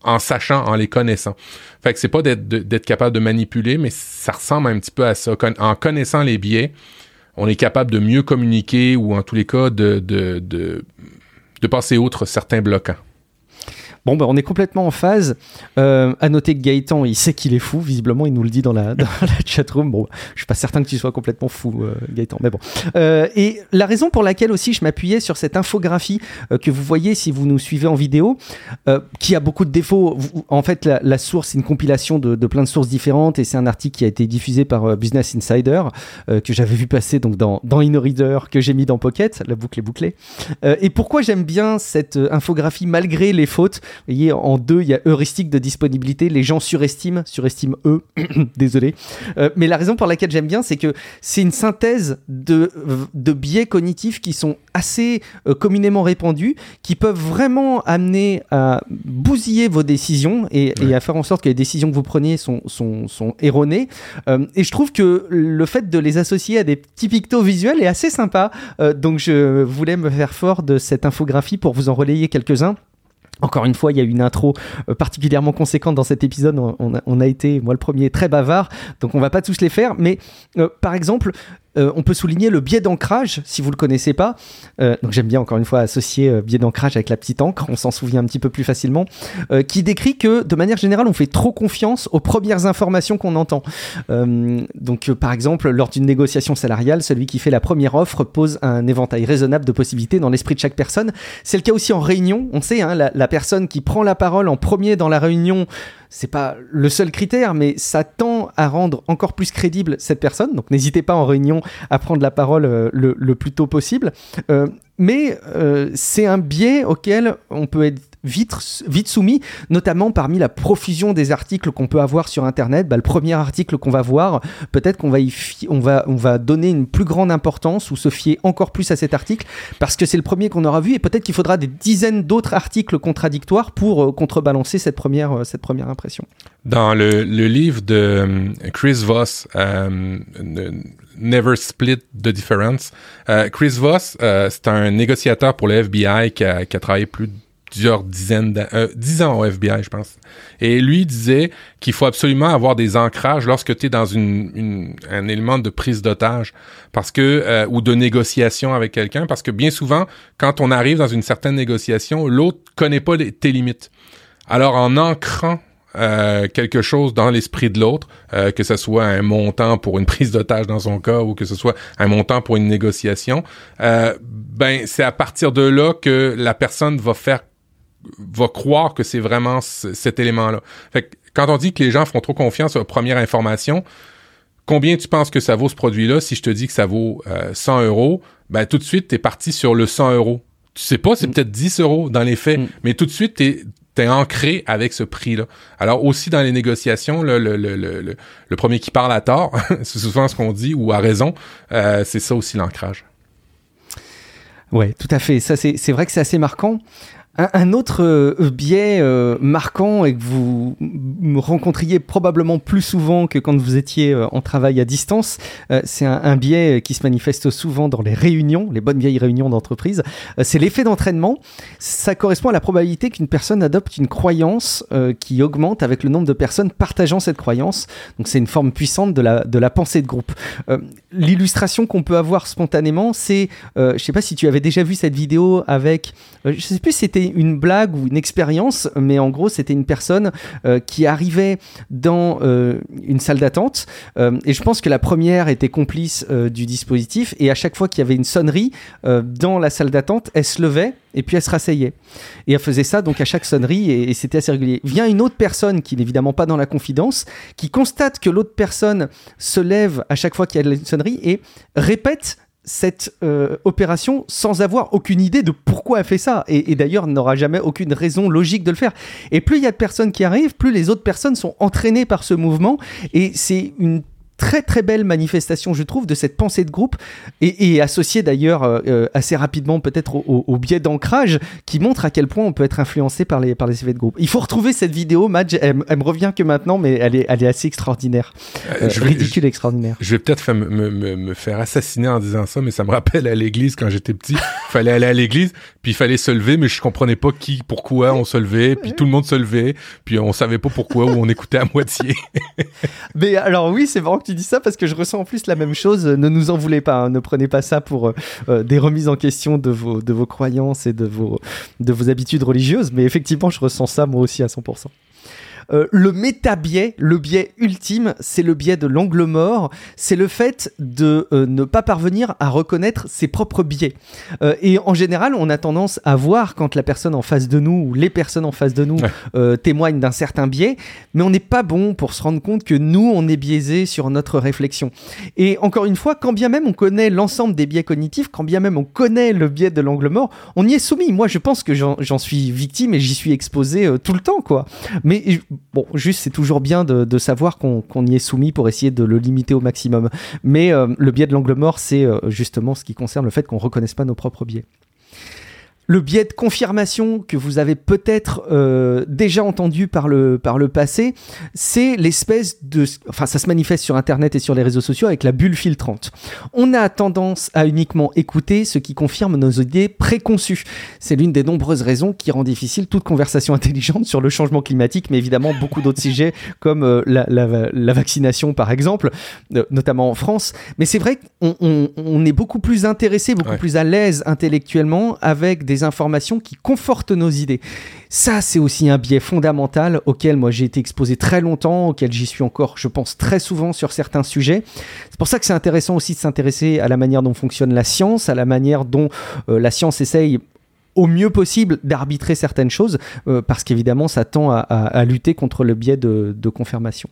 en sachant, en les connaissant. Fait que c'est pas d'être capable de manipuler, mais ça ressemble un petit peu à ça. En connaissant les biais, on est capable de mieux communiquer ou en tous les cas de passer outre certains bloquants. Bon, on est complètement en phase. À noter que Gaëtan, il sait qu'il est fou. Visiblement, il nous le dit dans la chatroom. Bon, je suis pas certain que tu sois complètement fou, Gaëtan, mais bon. Et la raison pour laquelle aussi je m'appuyais sur cette infographie que vous voyez si vous nous suivez en vidéo, qui a beaucoup de défauts. En fait, la source, c'est une compilation de plein de sources différentes et c'est un article qui a été diffusé par Business Insider, que j'avais vu passer donc dans InnoReader, que j'ai mis dans Pocket. La boucle est bouclée. Et pourquoi j'aime bien cette infographie malgré les fautes? Vous voyez, en 2, il y a heuristique de disponibilité. Les gens surestiment eux. Désolé. Mais la raison pour laquelle j'aime bien, c'est que c'est une synthèse de biais cognitifs qui sont assez communément répandus, qui peuvent vraiment amener à bousiller vos décisions et à faire en sorte que les décisions que vous preniez sont erronées. Et je trouve que le fait de les associer à des petits pictos visuels est assez sympa. Donc je voulais me faire fort de cette infographie pour vous en relayer quelques-uns. Encore une fois, il y a une intro particulièrement conséquente dans cet épisode. On a été, moi le premier, très bavard, donc on va pas tous les faire. Mais par exemple, on peut souligner le biais d'ancrage, si vous le connaissez pas. Donc j'aime bien encore une fois associer biais d'ancrage avec la petite encre, on s'en souvient un petit peu plus facilement, qui décrit que de manière générale, on fait trop confiance aux premières informations qu'on entend. Donc par exemple, lors d'une négociation salariale, celui qui fait la première offre pose un éventail raisonnable de possibilités dans l'esprit de chaque personne. C'est le cas aussi en réunion. On sait, hein, la personne qui prend la parole en premier dans la réunion, c'est pas le seul critère, mais ça tend à rendre encore plus crédible cette personne. Donc n'hésitez pas en réunion à prendre la parole le plus tôt possible. Mais c'est un biais auquel on peut être vite soumis, notamment parmi la profusion des articles qu'on peut avoir sur Internet. Le premier article qu'on va voir, peut-être qu'on va on va donner une plus grande importance ou se fier encore plus à cet article parce que c'est le premier qu'on aura vu et peut-être qu'il faudra des dizaines d'autres articles contradictoires pour contrebalancer cette première impression. Dans le livre de Chris Voss, Never Split the Difference, Chris Voss, c'est un négociateur pour le FBI qui a travaillé plusieurs 10 ans au FBI, je pense. Et lui disait qu'il faut absolument avoir des ancrages lorsque tu es dans un élément de prise d'otage parce que ou de négociation avec quelqu'un, parce que bien souvent, quand on arrive dans une certaine négociation, l'autre connaît pas tes limites. Alors, en ancrant quelque chose dans l'esprit de l'autre, que ce soit un montant pour une prise d'otage dans son cas ou que ce soit un montant pour une négociation, c'est à partir de là que la personne va croire que c'est vraiment cet élément-là. Fait que quand on dit que les gens font trop confiance aux premières informations, combien tu penses que ça vaut ce produit-là? Si je te dis que ça vaut 100 €, tout de suite, t'es parti sur le 100 €. Tu sais pas, c'est peut-être 10 € dans les faits, mais tout de suite, t'es ancré avec ce prix-là. Alors aussi dans les négociations, le premier qui parle à tort, c'est souvent ce qu'on dit, ou à raison, c'est ça aussi l'ancrage. Ouais, tout à fait. Ça, c'est vrai que c'est assez marquant. Un autre biais marquant et que vous rencontriez probablement plus souvent que quand vous étiez en travail à distance, c'est un biais qui se manifeste souvent dans les réunions, les bonnes vieilles réunions d'entreprise. C'est l'effet d'entraînement. Ça correspond à la probabilité qu'une personne adopte une croyance qui augmente avec le nombre de personnes partageant cette croyance. Donc c'est une forme puissante de la pensée de groupe. L'illustration qu'on peut avoir spontanément, c'est, je sais pas si tu avais déjà vu cette vidéo avec, je sais plus si c'était une blague ou une expérience, mais en gros c'était une personne qui arrivait dans une salle d'attente et je pense que la première était complice du dispositif et à chaque fois qu'il y avait une sonnerie dans la salle d'attente, elle se levait et puis elle se rasseyait et elle faisait ça donc à chaque sonnerie et c'était assez régulier. Vient une autre personne qui n'est évidemment pas dans la confidence, qui constate que l'autre personne se lève à chaque fois qu'il y a une sonnerie et répète cette opération sans avoir aucune idée de pourquoi elle fait ça et d'ailleurs n'aura jamais aucune raison logique de le faire. Et plus il y a de personnes qui arrivent, plus les autres personnes sont entraînées par ce mouvement et c'est une très très belle manifestation, je trouve, de cette pensée de groupe et associée d'ailleurs assez rapidement peut-être au biais d'ancrage qui montre à quel point on peut être influencé par les effets de groupe. Il faut retrouver cette vidéo, Madge, elle me revient que maintenant, mais elle est assez extraordinaire. Ridicule et extraordinaire. Je vais peut-être me faire assassiner en disant ça, mais ça me rappelle à l'église quand j'étais petit. Il fallait aller à l'église, puis il fallait se lever, mais je comprenais pas pourquoi on se levait, puis tout le monde se levait, puis on savait pas pourquoi, ou on écoutait à moitié. Mais alors oui, c'est marrant que tu dis ça, parce que je ressens en plus la même chose. Ne nous en voulez pas, hein. Ne prenez pas ça pour des remises en question de vos croyances et de vos habitudes religieuses, mais effectivement, je ressens ça moi aussi à 100%. Le métabiais, le biais ultime, c'est le biais de l'angle mort, c'est le fait de ne pas parvenir à reconnaître ses propres biais. Et en général, on a tendance à voir quand la personne en face de nous ou les personnes en face de nous témoignent d'un certain biais, mais on n'est pas bon pour se rendre compte que nous, on est biaisé sur notre réflexion. Et encore une fois, quand bien même on connaît l'ensemble des biais cognitifs, quand bien même on connaît le biais de l'angle mort, on y est soumis. Moi, je pense que j'en suis victime et j'y suis exposé tout le temps, quoi. Mais bon, juste, c'est toujours bien de savoir qu'on y est soumis pour essayer de le limiter au maximum. Mais le biais de l'angle mort, c'est justement ce qui concerne le fait qu'on ne reconnaisse pas nos propres biais. Le biais de confirmation que vous avez peut-être déjà entendu par le passé, c'est l'espèce de... Enfin, ça se manifeste sur Internet et sur les réseaux sociaux avec la bulle filtrante. On a tendance à uniquement écouter ce qui confirme nos idées préconçues. C'est l'une des nombreuses raisons qui rend difficile toute conversation intelligente sur le changement climatique, mais évidemment beaucoup d'autres sujets comme la vaccination par exemple, notamment en France. Mais c'est vrai qu'on est beaucoup plus intéressé, beaucoup plus à l'aise intellectuellement avec des informations qui confortent nos idées. Ça, c'est aussi un biais fondamental auquel moi j'ai été exposé très longtemps, auquel j'y suis encore, je pense, très souvent sur certains sujets. C'est pour ça que c'est intéressant aussi de s'intéresser à la manière dont fonctionne la science, à la manière dont la science essaye au mieux possible d'arbitrer certaines choses, parce qu'évidemment, ça tend à lutter contre le biais de confirmation.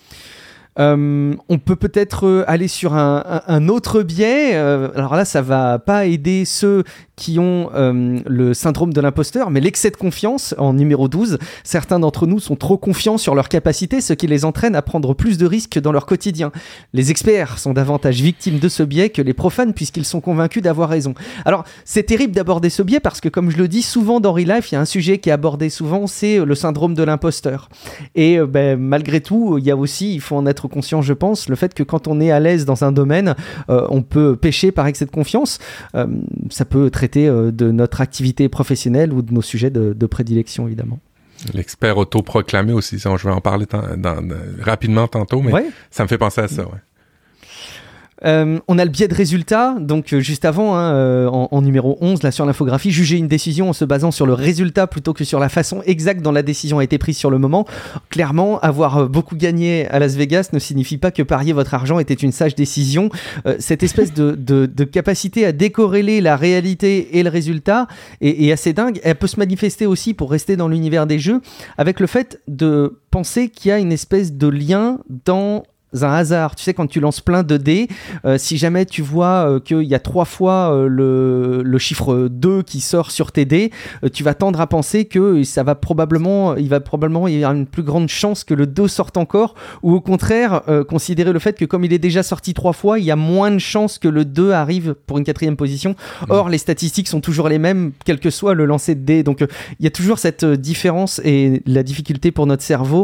On peut peut-être aller sur un autre biais. Alors là, ça va pas aider ceux qui ont le syndrome de l'imposteur, mais l'excès de confiance en numéro 12. Certains d'entre nous sont trop confiants sur leurs capacités, ce qui les entraîne à prendre plus de risques dans leur quotidien. Les experts sont davantage victimes de ce biais que les profanes, puisqu'ils sont convaincus d'avoir raison. Alors, c'est terrible d'aborder ce biais parce que, comme je le dis souvent dans Real Life, il y a un sujet qui est abordé souvent, c'est le syndrome de l'imposteur. Et malgré tout, il y a aussi, il faut en être conscient, je pense, le fait que quand on est à l'aise dans un domaine, on peut pécher par excès de confiance. Ça peut traiter de notre activité professionnelle ou de nos sujets de prédilection, évidemment. L'expert autoproclamé aussi, je vais en parler rapidement tantôt, mais ça me fait penser à ça, ouais. On a le biais de résultat, donc juste avant, en numéro 11, là sur l'infographie, juger une décision en se basant sur le résultat plutôt que sur la façon exacte dont la décision a été prise sur le moment. Clairement, avoir beaucoup gagné à Las Vegas ne signifie pas que parier votre argent était une sage décision. Cette espèce de capacité à décorréler la réalité et le résultat est assez dingue. Elle peut se manifester aussi, pour rester dans l'univers des jeux, avec le fait de penser qu'il y a une espèce de lien dans un hasard. Tu sais, quand tu lances plein de dés, si jamais tu vois qu'il y a 3 fois le chiffre 2 qui sort sur tes dés, tu vas tendre à penser que il va probablement y avoir une plus grande chance que le 2 sorte encore, ou au contraire, considérer le fait que comme il est déjà sorti 3 fois, il y a moins de chances que le 2 arrive pour une 4e position. Or, les statistiques sont toujours les mêmes, quel que soit le lancer de dés. Donc, il y a toujours cette différence et la difficulté pour notre cerveau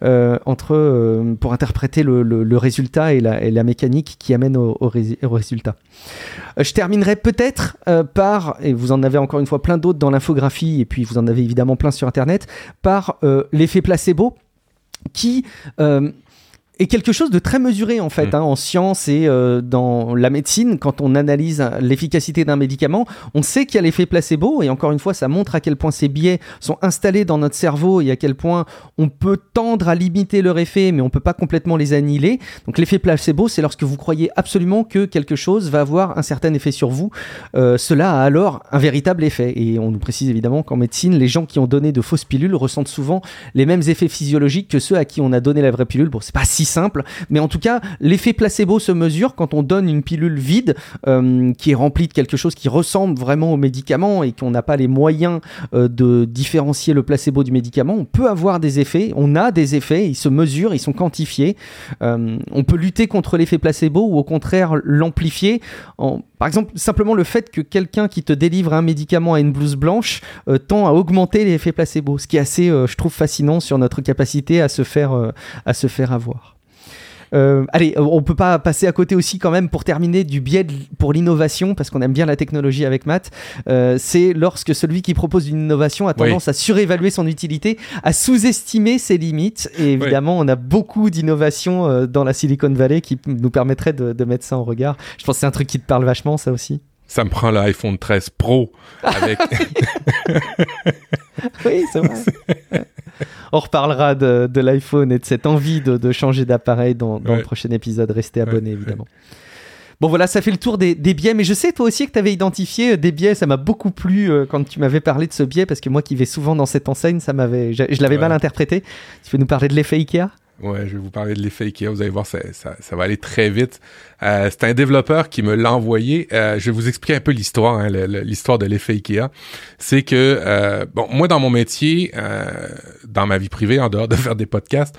pour interpréter le résultat et la mécanique qui amène au résultat. Je terminerai peut-être par, et vous en avez encore une fois plein d'autres dans l'infographie, et puis vous en avez évidemment plein sur Internet, par l'effet placebo, qui est quelque chose de très mesuré en fait, en science et dans la médecine. Quand on analyse l'efficacité d'un médicament, on sait qu'il y a l'effet placebo, et encore une fois ça montre à quel point ces biais sont installés dans notre cerveau et à quel point on peut tendre à limiter leur effet, mais on peut pas complètement les annihiler. Donc l'effet placebo, c'est lorsque vous croyez absolument que quelque chose va avoir un certain effet sur vous. Cela a alors un véritable effet, et on nous précise évidemment qu'en médecine, les gens qui ont donné de fausses pilules ressentent souvent les mêmes effets physiologiques que ceux à qui on a donné la vraie pilule. Bon, c'est pas si si simple. Mais en tout cas, l'effet placebo se mesure quand on donne une pilule vide qui est remplie de quelque chose qui ressemble vraiment au médicament et qu'on n'a pas les moyens de différencier le placebo du médicament. On peut avoir des effets, on a des effets, ils se mesurent, ils sont quantifiés. On peut lutter contre l'effet placebo ou au contraire l'amplifier. Par exemple, simplement le fait que quelqu'un qui te délivre un médicament à une blouse blanche tend à augmenter l'effet placebo, ce qui est assez, je trouve, fascinant sur notre capacité à se faire avoir. Allez, on peut pas passer à côté aussi quand même pour terminer du biais pour l'innovation, parce qu'on aime bien la technologie avec Matt. C'est lorsque celui qui propose une innovation a tendance à surévaluer son utilité, à sous-estimer ses limites. Et évidemment, on a beaucoup d'innovations dans la Silicon Valley qui nous permettraient de mettre ça en regard. Je pense que c'est un truc qui te parle vachement, ça aussi. Ça me prend l'iPhone 13 Pro avec... Oui, c'est vrai. On reparlera de l'iPhone et de cette envie de changer d'appareil dans le prochain épisode. Restez abonnés, évidemment. Bon, voilà, ça fait le tour des biais. Mais je sais, toi aussi, que tu avais identifié des biais. Ça m'a beaucoup plu quand tu m'avais parlé de ce biais, parce que moi qui vais souvent dans cette enseigne, je l'avais mal interprété. Tu peux nous parler de l'effet Ikea ? Ouais, je vais vous parler de l'effet Ikea. Vous allez voir, ça va aller très vite. C'est un développeur qui me l'a envoyé. Je vais vous expliquer un peu l'histoire, l'histoire de l'effet Ikea. C'est que, moi, dans mon métier, dans ma vie privée, en dehors de faire des podcasts,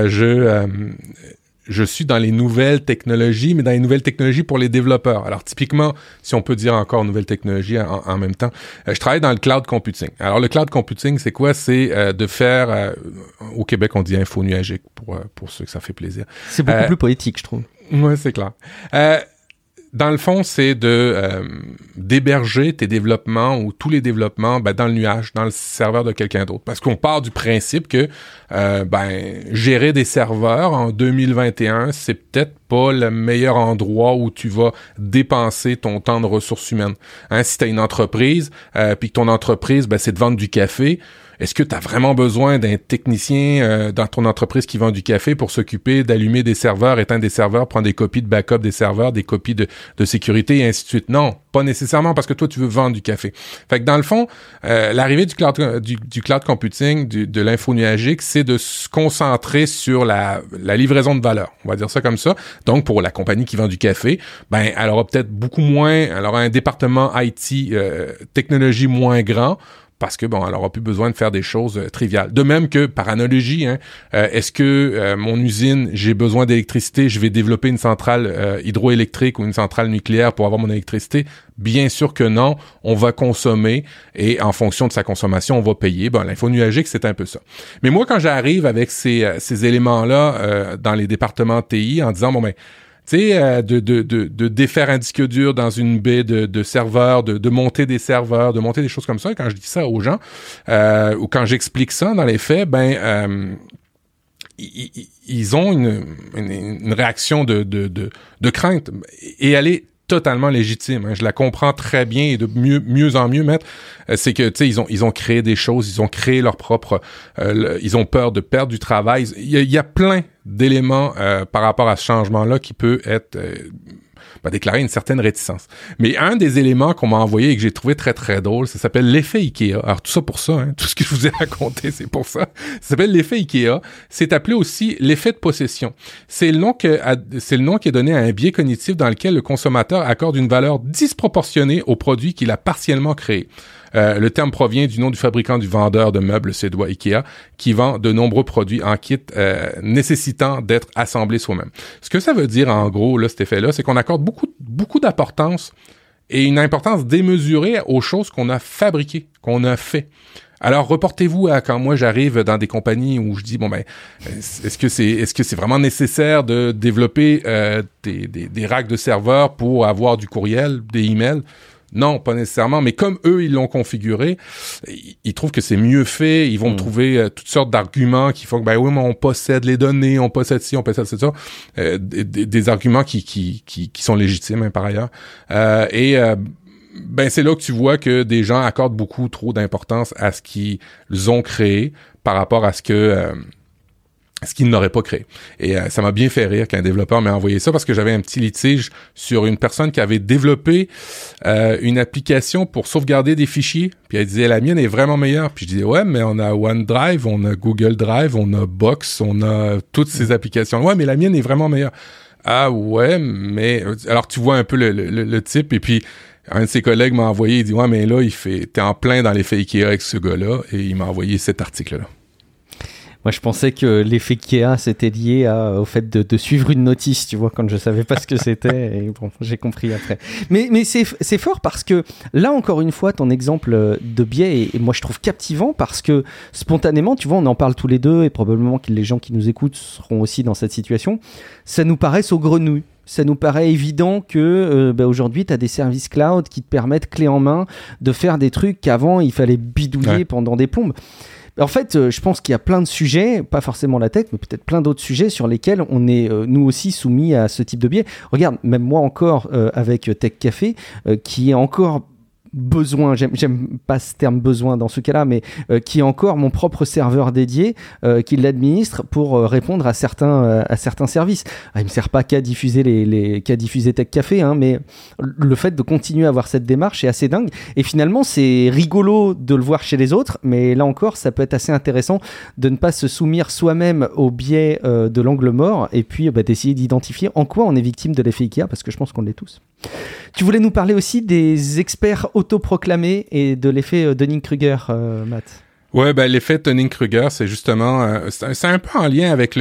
je suis dans les nouvelles technologies, mais dans les nouvelles technologies pour les développeurs. Alors, typiquement, si on peut dire encore nouvelles technologies en même temps, je travaille dans le cloud computing. Alors, le cloud computing, c'est quoi? C'est de faire, au Québec, on dit infonuagique, pour ceux que ça fait plaisir. C'est beaucoup plus poétique, je trouve. Ouais, c'est clair. Dans le fond, c'est d'héberger tes développements ou tous les développements dans le nuage, dans le serveur de quelqu'un d'autre. Parce qu'on part du principe que gérer des serveurs en 2021, c'est peut-être pas le meilleur endroit où tu vas dépenser ton temps de ressources humaines. Si tu as une entreprise, puis que ton entreprise, c'est de vendre du café, est-ce que tu as vraiment besoin d'un technicien dans ton entreprise qui vend du café pour s'occuper d'allumer des serveurs, éteindre des serveurs, prendre des copies de backup des serveurs, des copies de sécurité et ainsi de suite? Non, pas nécessairement, parce que toi, tu veux vendre du café. Fait que dans le fond, l'arrivée du cloud computing, de l'info nuagique, c'est de se concentrer sur la livraison de valeur. On va dire ça comme ça. Donc, pour la compagnie qui vend du café, elle aura peut-être elle aura un département IT, technologie moins grand, parce que, elle aura plus besoin de faire des choses triviales. De même que, par analogie, est-ce que mon usine, j'ai besoin d'électricité, je vais développer une centrale hydroélectrique ou une centrale nucléaire pour avoir mon électricité? Bien sûr que non, on va consommer et en fonction de sa consommation, on va payer. L'info nuagique, c'est un peu ça. Mais moi, quand j'arrive avec ces éléments-là dans les départements TI en disant, tu sais, de défaire un disque dur dans une baie de serveurs, de monter des serveurs, de monter des choses comme ça. Et quand je dis ça aux gens, ou quand j'explique ça dans les faits, ils ont une réaction de crainte. Et elle est totalement légitime. Je la comprends très bien et de mieux en mieux, Maître. C'est que, tu sais, ils ont créé des choses, ils ont créé leur propre... ils ont peur de perdre du travail. Il y a plein d'éléments par rapport à ce changement-là qui peut être... déclarer une certaine réticence. Mais un des éléments qu'on m'a envoyé et que j'ai trouvé très, très drôle, ça s'appelle l'effet Ikea. Alors, tout ça pour ça, tout ce que je vous ai raconté, c'est pour ça. Ça s'appelle l'effet Ikea. C'est appelé aussi l'effet de possession. C'est le nom qui est donné à un biais cognitif dans lequel le consommateur accorde une valeur disproportionnée au produit qu'il a partiellement créé. Le terme provient du nom du fabricant du vendeur de meubles suédois Ikea, qui vend de nombreux produits en kit nécessitant d'être assemblés soi-même. Ce que ça veut dire, en gros, là, cet effet-là, c'est qu'on accorde beaucoup d'importance et une importance démesurée aux choses qu'on a fabriquées, qu'on a fait. Alors, reportez-vous à quand moi j'arrive dans des compagnies où je dis, est-ce que c'est vraiment nécessaire de développer des racks de serveurs pour avoir du courriel, des emails? Non, pas nécessairement, mais comme eux, ils l'ont configuré, ils trouvent que c'est mieux fait, ils vont trouver toutes sortes d'arguments qui font que, oui, mais on possède les données, on possède ci, on possède ça, des arguments qui sont légitimes, par ailleurs. C'est là que tu vois que des gens accordent beaucoup trop d'importance à ce qu'ils ont créé par rapport à ce que ce qu'il n'aurait pas créé. Et ça m'a bien fait rire qu'un développeur m'ait envoyé ça parce que j'avais un petit litige sur une personne qui avait développé une application pour sauvegarder des fichiers. Puis elle disait, la mienne est vraiment meilleure. Puis je disais, ouais, mais on a OneDrive, on a Google Drive, on a Box, on a toutes ces applications. Ouais, mais la mienne est vraiment meilleure. Ah ouais, mais... Alors tu vois un peu le type, et puis un de ses collègues m'a envoyé, il dit, ouais, mais là, t'es en plein dans l'effet Ikea avec ce gars-là, et il m'a envoyé cet article-là. Moi, je pensais que l'effet Ikea, c'était lié au fait de suivre une notice, tu vois, quand je savais pas ce que c'était. Et bon, j'ai compris après. Mais c'est fort parce que, là, encore une fois, ton exemple de biais, et moi, je trouve captivant parce que, spontanément, tu vois, on en parle tous les deux, et probablement que les gens qui nous écoutent seront aussi dans cette situation. Ça nous paraît saugrenu. Ça nous paraît évident que aujourd'hui, tu as des services cloud qui te permettent, clé en main, de faire des trucs qu'avant, il fallait bidouiller pendant des plombes. En fait, je pense qu'il y a plein de sujets, pas forcément la tech, mais peut-être plein d'autres sujets sur lesquels on est nous aussi soumis à ce type de biais. Regarde, même moi encore avec Tech Café, qui est encore besoin, j'aime pas ce terme besoin dans ce cas-là, mais qui est encore mon propre serveur dédié qui l'administre pour répondre à certains services. Il me sert pas qu'à diffuser qu'à diffuser Tech Café, hein, mais le fait de continuer à avoir cette démarche est assez dingue. Et finalement, c'est rigolo de le voir chez les autres, mais là encore, ça peut être assez intéressant de ne pas se soumettre soi-même au biais de l'angle mort, et puis d'essayer d'identifier en quoi on est victime de l'effet Ikea, parce que je pense qu'on l'est tous. Tu voulais nous parler aussi des experts autoproclamés et de l'effet Dunning-Kruger, Matt. Ouais, l'effet Dunning-Kruger, c'est justement, c'est un peu en lien avec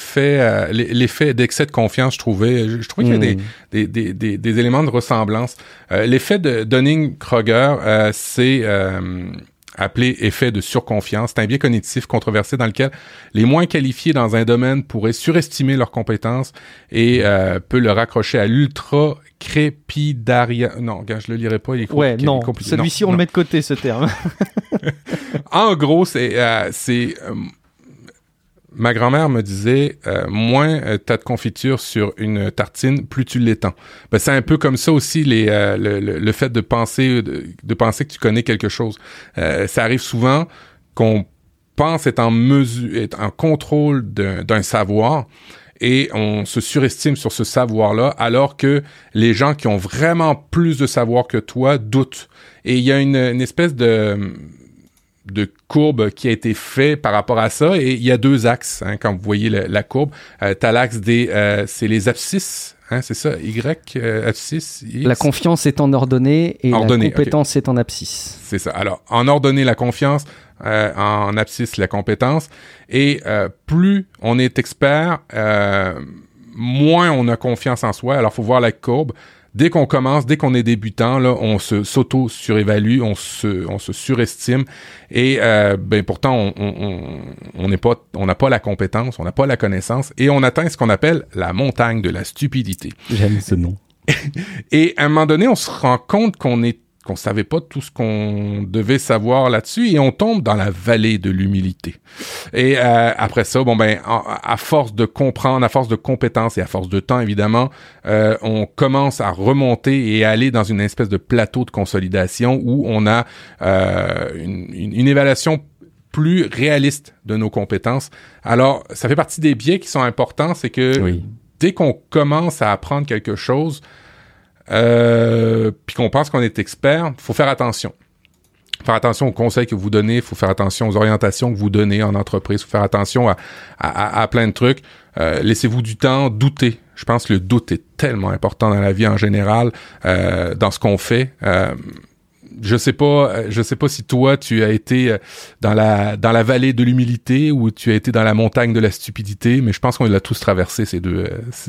l'effet d'excès de confiance, je trouvais. Je trouvais qu'il y a des éléments de ressemblance. L'effet de Dunning-Kruger, c'est appelé effet de surconfiance. C'est un biais cognitif controversé dans lequel les moins qualifiés dans un domaine pourraient surestimer leurs compétences et peut le raccrocher à l'ultra crépidaria. Non, je le lirai pas. Il est compliqué. Ouais, non. Celui-ci, on le met de côté, ce terme. En gros, c'est ma grand-mère me disait, moins t'as de confiture sur une tartine, plus tu l'étends. C'est un peu comme ça aussi le fait de penser que tu connais quelque chose. Ça arrive souvent qu'on pense être en contrôle d'un savoir, et on se surestime sur ce savoir-là, alors que les gens qui ont vraiment plus de savoir que toi doutent. Et il y a une espèce de courbe qui a été fait par rapport à ça, et il y a deux axes, hein, quand vous voyez la courbe. T'as l'axe c'est les abscisses, hein, c'est ça, abscisse, X. La confiance est en ordonnée et la compétence est en abscisse. C'est ça. Alors, en ordonnée, la confiance, en abscisse, la compétence, et plus on est expert, moins on a confiance en soi. Alors, faut voir la courbe. Dès qu'on commence, dès qu'on est débutant, là, on s'auto-surévalue, on se surestime, et pourtant on n'a pas la compétence, on n'a pas la connaissance, et on atteint ce qu'on appelle la montagne de la stupidité. J'aime ce nom. Et à un moment donné, on se rend compte qu'on savait pas tout ce qu'on devait savoir là-dessus, et on tombe dans la vallée de l'humilité. Et après ça, à force de comprendre, à force de compétences et à force de temps, évidemment, on commence à remonter et à aller dans une espèce de plateau de consolidation où on a une évaluation plus réaliste de nos compétences. Alors, ça fait partie des biais qui sont importants, c'est que dès qu'on commence à apprendre quelque chose, puis qu'on pense qu'on est expert, faut faire attention. Faire attention aux conseils que vous donnez, faut faire attention aux orientations que vous donnez en entreprise, faut faire attention à plein de trucs. Laissez-vous du temps, doutez. Je pense que le doute est tellement important dans la vie en général, dans ce qu'on fait. Je sais pas si toi tu as été dans la vallée de l'humilité ou tu as été dans la montagne de la stupidité, mais je pense qu'on l'a tous traversé ces deux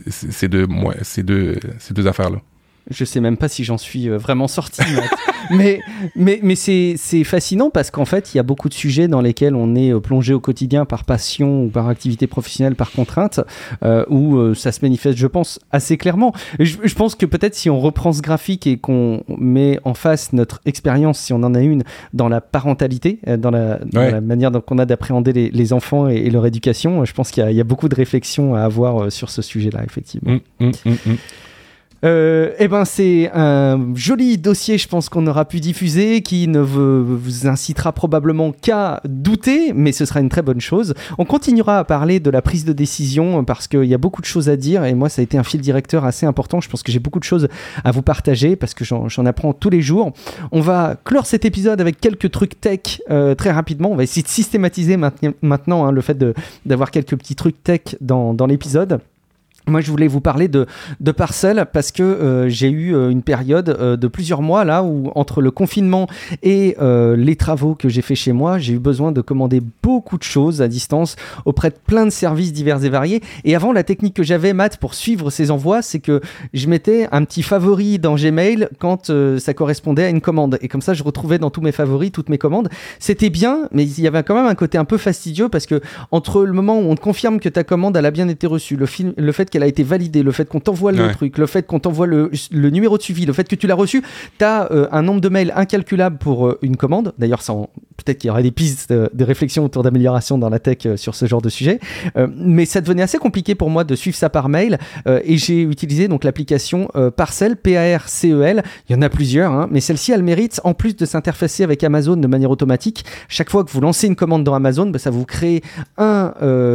affaires-là. Je sais même pas si j'en suis vraiment sorti, mais c'est fascinant parce qu'en fait, il y a beaucoup de sujets dans lesquels on est plongé au quotidien par passion ou par activité professionnelle, par contrainte, où ça se manifeste, je pense, assez clairement. Je pense que peut-être si on reprend ce graphique et qu'on met en face notre expérience, si on en a une, dans la parentalité, dans la manière qu'on a d'appréhender les enfants et leur éducation, je pense qu'il y a beaucoup de réflexions à avoir sur ce sujet-là, effectivement. C'est un joli dossier, je pense qu'on aura pu diffuser, qui ne vous incitera probablement qu'à douter, mais ce sera une très bonne chose. On continuera à parler de la prise de décision parce qu'il y a beaucoup de choses à dire et moi ça a été un fil directeur assez important. Je pense que j'ai beaucoup de choses à vous partager parce que j'en apprends tous les jours. On va clore cet épisode avec quelques trucs tech très rapidement. On va essayer de systématiser maintenant le fait d'avoir quelques petits trucs tech dans l'épisode. Moi, je voulais vous parler de Parcel parce que j'ai eu une période de plusieurs mois là où entre le confinement et les travaux que j'ai fait chez moi, j'ai eu besoin de commander beaucoup de choses à distance auprès de plein de services divers et variés. Et avant, la technique que j'avais, Matt, pour suivre ces envois, c'est que je mettais un petit favori dans Gmail quand ça correspondait à une commande. Et comme ça, je retrouvais dans tous mes favoris toutes mes commandes. C'était bien, mais il y avait quand même un côté un peu fastidieux parce que entre le moment où on te confirme que ta commande elle a bien été reçue, le fait qu'elle a été validée, le fait qu'on t'envoie le truc, le fait qu'on t'envoie le numéro de suivi, le fait que tu l'as reçu, t'as un nombre de mails incalculable pour une commande. D'ailleurs, peut-être qu'il y aurait des pistes de réflexion autour d'amélioration dans la tech sur ce genre de sujet. Mais ça devenait assez compliqué pour moi de suivre ça par mail et j'ai utilisé donc l'application Parcel, P-A-R-C-E-L. Il y en a plusieurs, mais celle-ci, elle mérite, en plus de s'interfacer avec Amazon de manière automatique, chaque fois que vous lancez une commande dans Amazon, ça vous crée un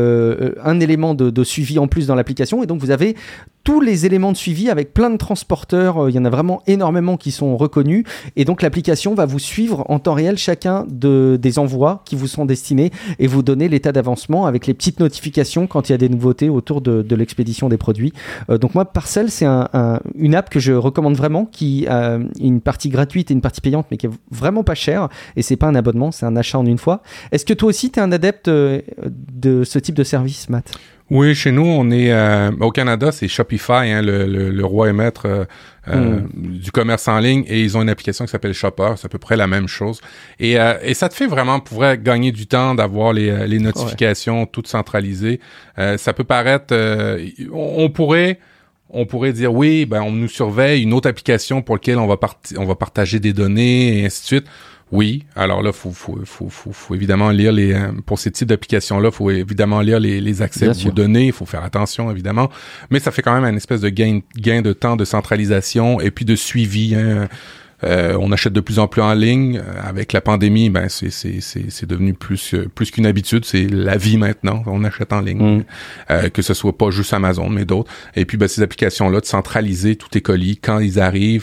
élément de suivi en plus dans l'application et donc vous avez tous les éléments de suivi avec plein de transporteurs, il y en a vraiment énormément qui sont reconnus et donc l'application va vous suivre en temps réel chacun des envois qui vous sont destinés et vous donner l'état d'avancement avec les petites notifications quand il y a des nouveautés autour de l'expédition des produits. Donc moi, Parcel, c'est une app que je recommande vraiment qui a une partie gratuite et une partie payante mais qui est vraiment pas chère et c'est pas un abonnement, c'est un achat en une fois. Est-ce que toi aussi tu es un adepte de ce type de service, Matt ? Oui, chez nous, on est au Canada, c'est Shopify, le roi et maître du commerce en ligne, et ils ont une application qui s'appelle Shopper, c'est à peu près la même chose. Et ça te fait vraiment pouvoir gagner du temps d'avoir les notifications toutes centralisées. Ça peut paraître, on pourrait dire oui, on nous surveille, une autre application pour laquelle on va partager des données et ainsi de suite. Oui, alors là, faut évidemment lire pour ces types d'applications-là, faut évidemment lire les accès que vous donnez, il faut faire attention, évidemment. Mais ça fait quand même une espèce de gain de temps, de centralisation et puis de suivi, on achète de plus en plus en ligne. Avec la pandémie, c'est devenu plus qu'une habitude. C'est la vie maintenant. On achète en ligne. Que ce soit pas juste Amazon, mais d'autres. Et puis, ces applications-là, de centraliser tous tes colis quand ils arrivent,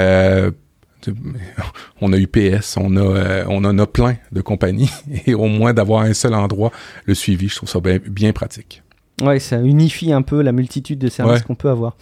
on a UPS, on en a plein de compagnies et au moins d'avoir un seul endroit le suivi, je trouve ça bien pratique. Ouais, ça unifie un peu la multitude de services qu'on peut avoir.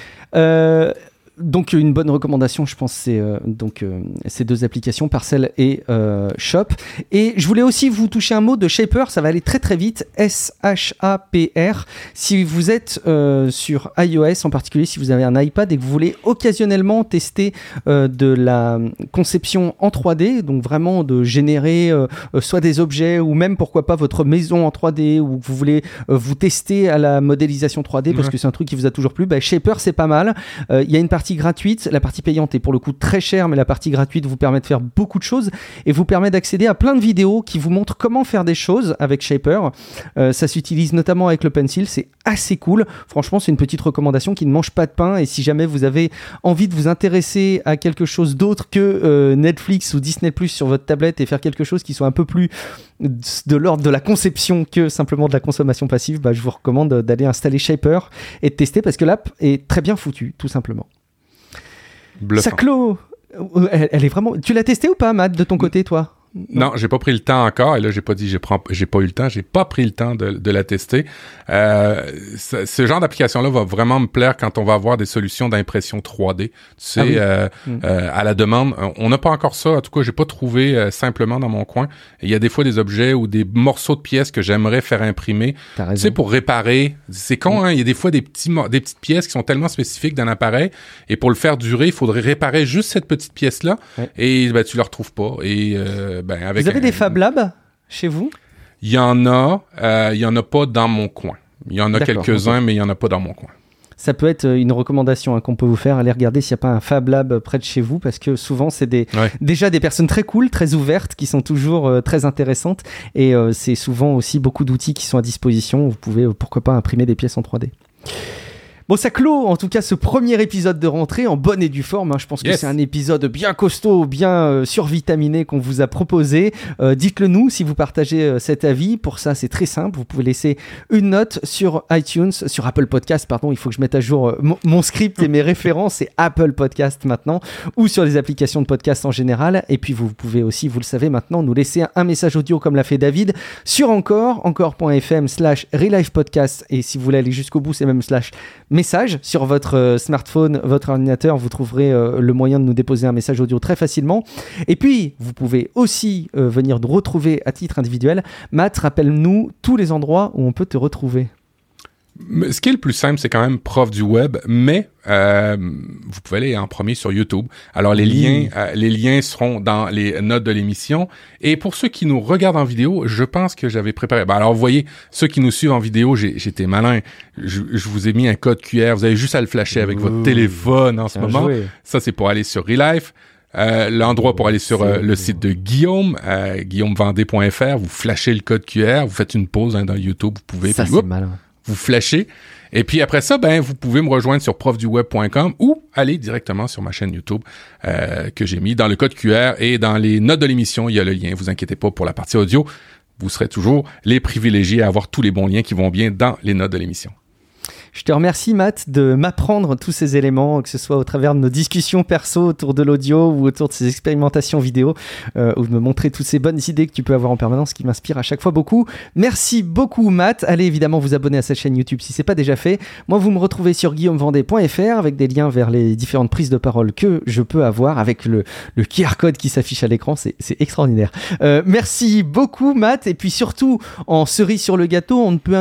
Donc une bonne recommandation, je pense, c'est ces deux applications, Parcel et Shop. Et je voulais aussi vous toucher un mot de Shapr, ça va aller très très vite, S-H-A-P-R. Si vous êtes sur iOS, en particulier si vous avez un iPad et que vous voulez occasionnellement tester de la conception en 3D, donc vraiment de générer soit des objets ou même pourquoi pas votre maison en 3D ou que vous voulez vous tester à la modélisation 3D parce que c'est un truc qui vous a toujours plu, Shapr c'est pas mal. Il y a une partie gratuite, la partie payante est pour le coup très chère, mais la partie gratuite vous permet de faire beaucoup de choses et vous permet d'accéder à plein de vidéos qui vous montrent comment faire des choses avec Shapr. Ça s'utilise notamment avec le pencil, c'est assez cool. Franchement, c'est une petite recommandation qui ne mange pas de pain et si jamais vous avez envie de vous intéresser à quelque chose d'autre que Netflix ou Disney Plus sur votre tablette et faire quelque chose qui soit un peu plus de l'ordre de la conception que simplement de la consommation passive, je vous recommande d'aller installer Shapr et de tester parce que l'app est très bien foutue, tout simplement. Bluffant. Ça clôt. Elle est vraiment. Tu l'as testé ou pas, Matt, de ton côté, toi? Non, j'ai pas pris le temps encore. Et là, j'ai pas dit j'ai pas eu le temps. J'ai pas pris le temps de la tester. Ce genre d'application-là va vraiment me plaire quand on va avoir des solutions d'impression 3D. Tu sais, à la demande. On n'a pas encore ça. En tout cas, j'ai pas trouvé simplement dans mon coin. Il y a des fois des objets ou des morceaux de pièces que j'aimerais faire imprimer. Tu sais, pour réparer. C'est con, hein. Il y a des fois des petites pièces qui sont tellement spécifiques d'un appareil. Et pour le faire durer, il faudrait réparer juste cette petite pièce-là. Ouais. Et tu la retrouves pas. Et vous avez des Fab Labs chez vous? Il y en a pas dans mon coin. Il y en a quelques-uns, mais il y en a pas dans mon coin. Ça peut être une recommandation qu'on peut vous faire. Allez regarder s'il n'y a pas un Fab Lab près de chez vous, parce que souvent, c'est déjà des personnes très cool, très ouvertes, qui sont toujours très intéressantes. Et c'est souvent aussi beaucoup d'outils qui sont à disposition. Vous pouvez, pourquoi pas, imprimer des pièces en 3D. Bon, ça clôt en tout cas ce premier épisode de rentrée en bonne et due forme. Hein. Je pense que c'est un épisode bien costaud, bien survitaminé qu'on vous a proposé. Dites-le nous si vous partagez cet avis. Pour ça, c'est très simple. Vous pouvez laisser une note sur iTunes, sur Apple Podcast, pardon. Il faut que je mette à jour mon script et mes références. C'est Apple Podcast maintenant, ou sur les applications de podcast en général. Et puis vous pouvez aussi, vous le savez maintenant, nous laisser un message audio comme l'a fait David sur encore.fm/relifepodcast. Et si vous voulez aller jusqu'au bout, c'est même /message sur votre smartphone, votre ordinateur. Vous trouverez le moyen de nous déposer un message audio très facilement. Et puis, vous pouvez aussi venir nous retrouver à titre individuel. Matt, rappelle-nous tous les endroits où on peut te retrouver. Ce qui est le plus simple, c'est quand même Prof du web, mais vous pouvez aller en premier sur YouTube. Alors, les liens seront dans les notes de l'émission. Et pour ceux qui nous regardent en vidéo, je pense que j'avais préparé... alors, vous voyez, ceux qui nous suivent en vidéo, j'étais malin. Je vous ai mis un code QR. Vous avez juste à le flasher avec votre téléphone en ce moment. Joué. Ça, c'est pour aller sur Relife. L'endroit pour aller sur le site de Guillaume, guillaumevendée.fr. Vous flashez le code QR. Vous faites une pause dans YouTube. Vous pouvez... Ça, c'est malin. Vous flashez. Et puis après ça, vous pouvez me rejoindre sur profduweb.com ou aller directement sur ma chaîne YouTube que j'ai mis dans le code QR et dans les notes de l'émission, il y a le lien. Vous inquiétez pas pour la partie audio. Vous serez toujours les privilégiés à avoir tous les bons liens qui vont bien dans les notes de l'émission. Je te remercie, Matt, de m'apprendre tous ces éléments, que ce soit au travers de nos discussions perso autour de l'audio ou autour de ces expérimentations vidéo, ou de me montrer toutes ces bonnes idées que tu peux avoir en permanence qui m'inspirent à chaque fois beaucoup. Merci beaucoup, Matt. Allez évidemment vous abonner à sa chaîne YouTube si ce n'est pas déjà fait. Moi, vous me retrouvez sur guillaumevendée.fr avec des liens vers les différentes prises de parole que je peux avoir avec le QR code qui s'affiche à l'écran. C'est extraordinaire. Merci beaucoup, Matt. Et puis surtout, en cerise sur le gâteau, on ne peut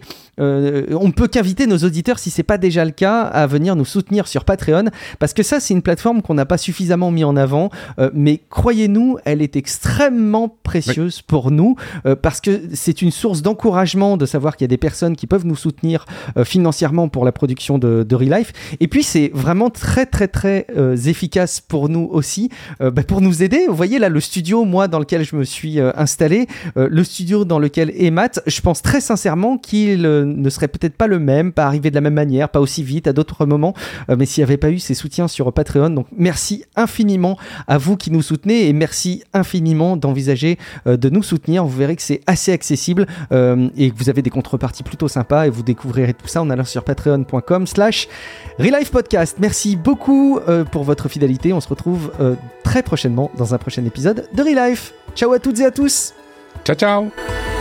qu'inviter nos auditeurs, si c'est pas déjà le cas, à venir nous soutenir sur Patreon, parce que ça, c'est une plateforme qu'on n'a pas suffisamment mis en avant, mais croyez-nous, elle est extrêmement précieuse pour nous, parce que c'est une source d'encouragement de savoir qu'il y a des personnes qui peuvent nous soutenir financièrement pour la production de Relife, et puis c'est vraiment très très très efficace pour nous aussi, pour nous aider. Vous voyez là le studio, moi, dans lequel je me suis installé, le studio dans lequel est Matt, je pense très sincèrement qu'il ne serait peut-être pas le même, pas arrivé de la même manière, pas aussi vite à d'autres moments, mais s'il n'y avait pas eu ces soutiens sur Patreon. Donc merci infiniment à vous qui nous soutenez et merci infiniment d'envisager de nous soutenir. Vous verrez que c'est assez accessible et que vous avez des contreparties plutôt sympas et vous découvrirez tout ça en allant sur patreon.com/relifepodcast. Merci beaucoup pour votre fidélité. On se retrouve très prochainement dans un prochain épisode de Relife. Ciao à toutes et à tous. Ciao, ciao.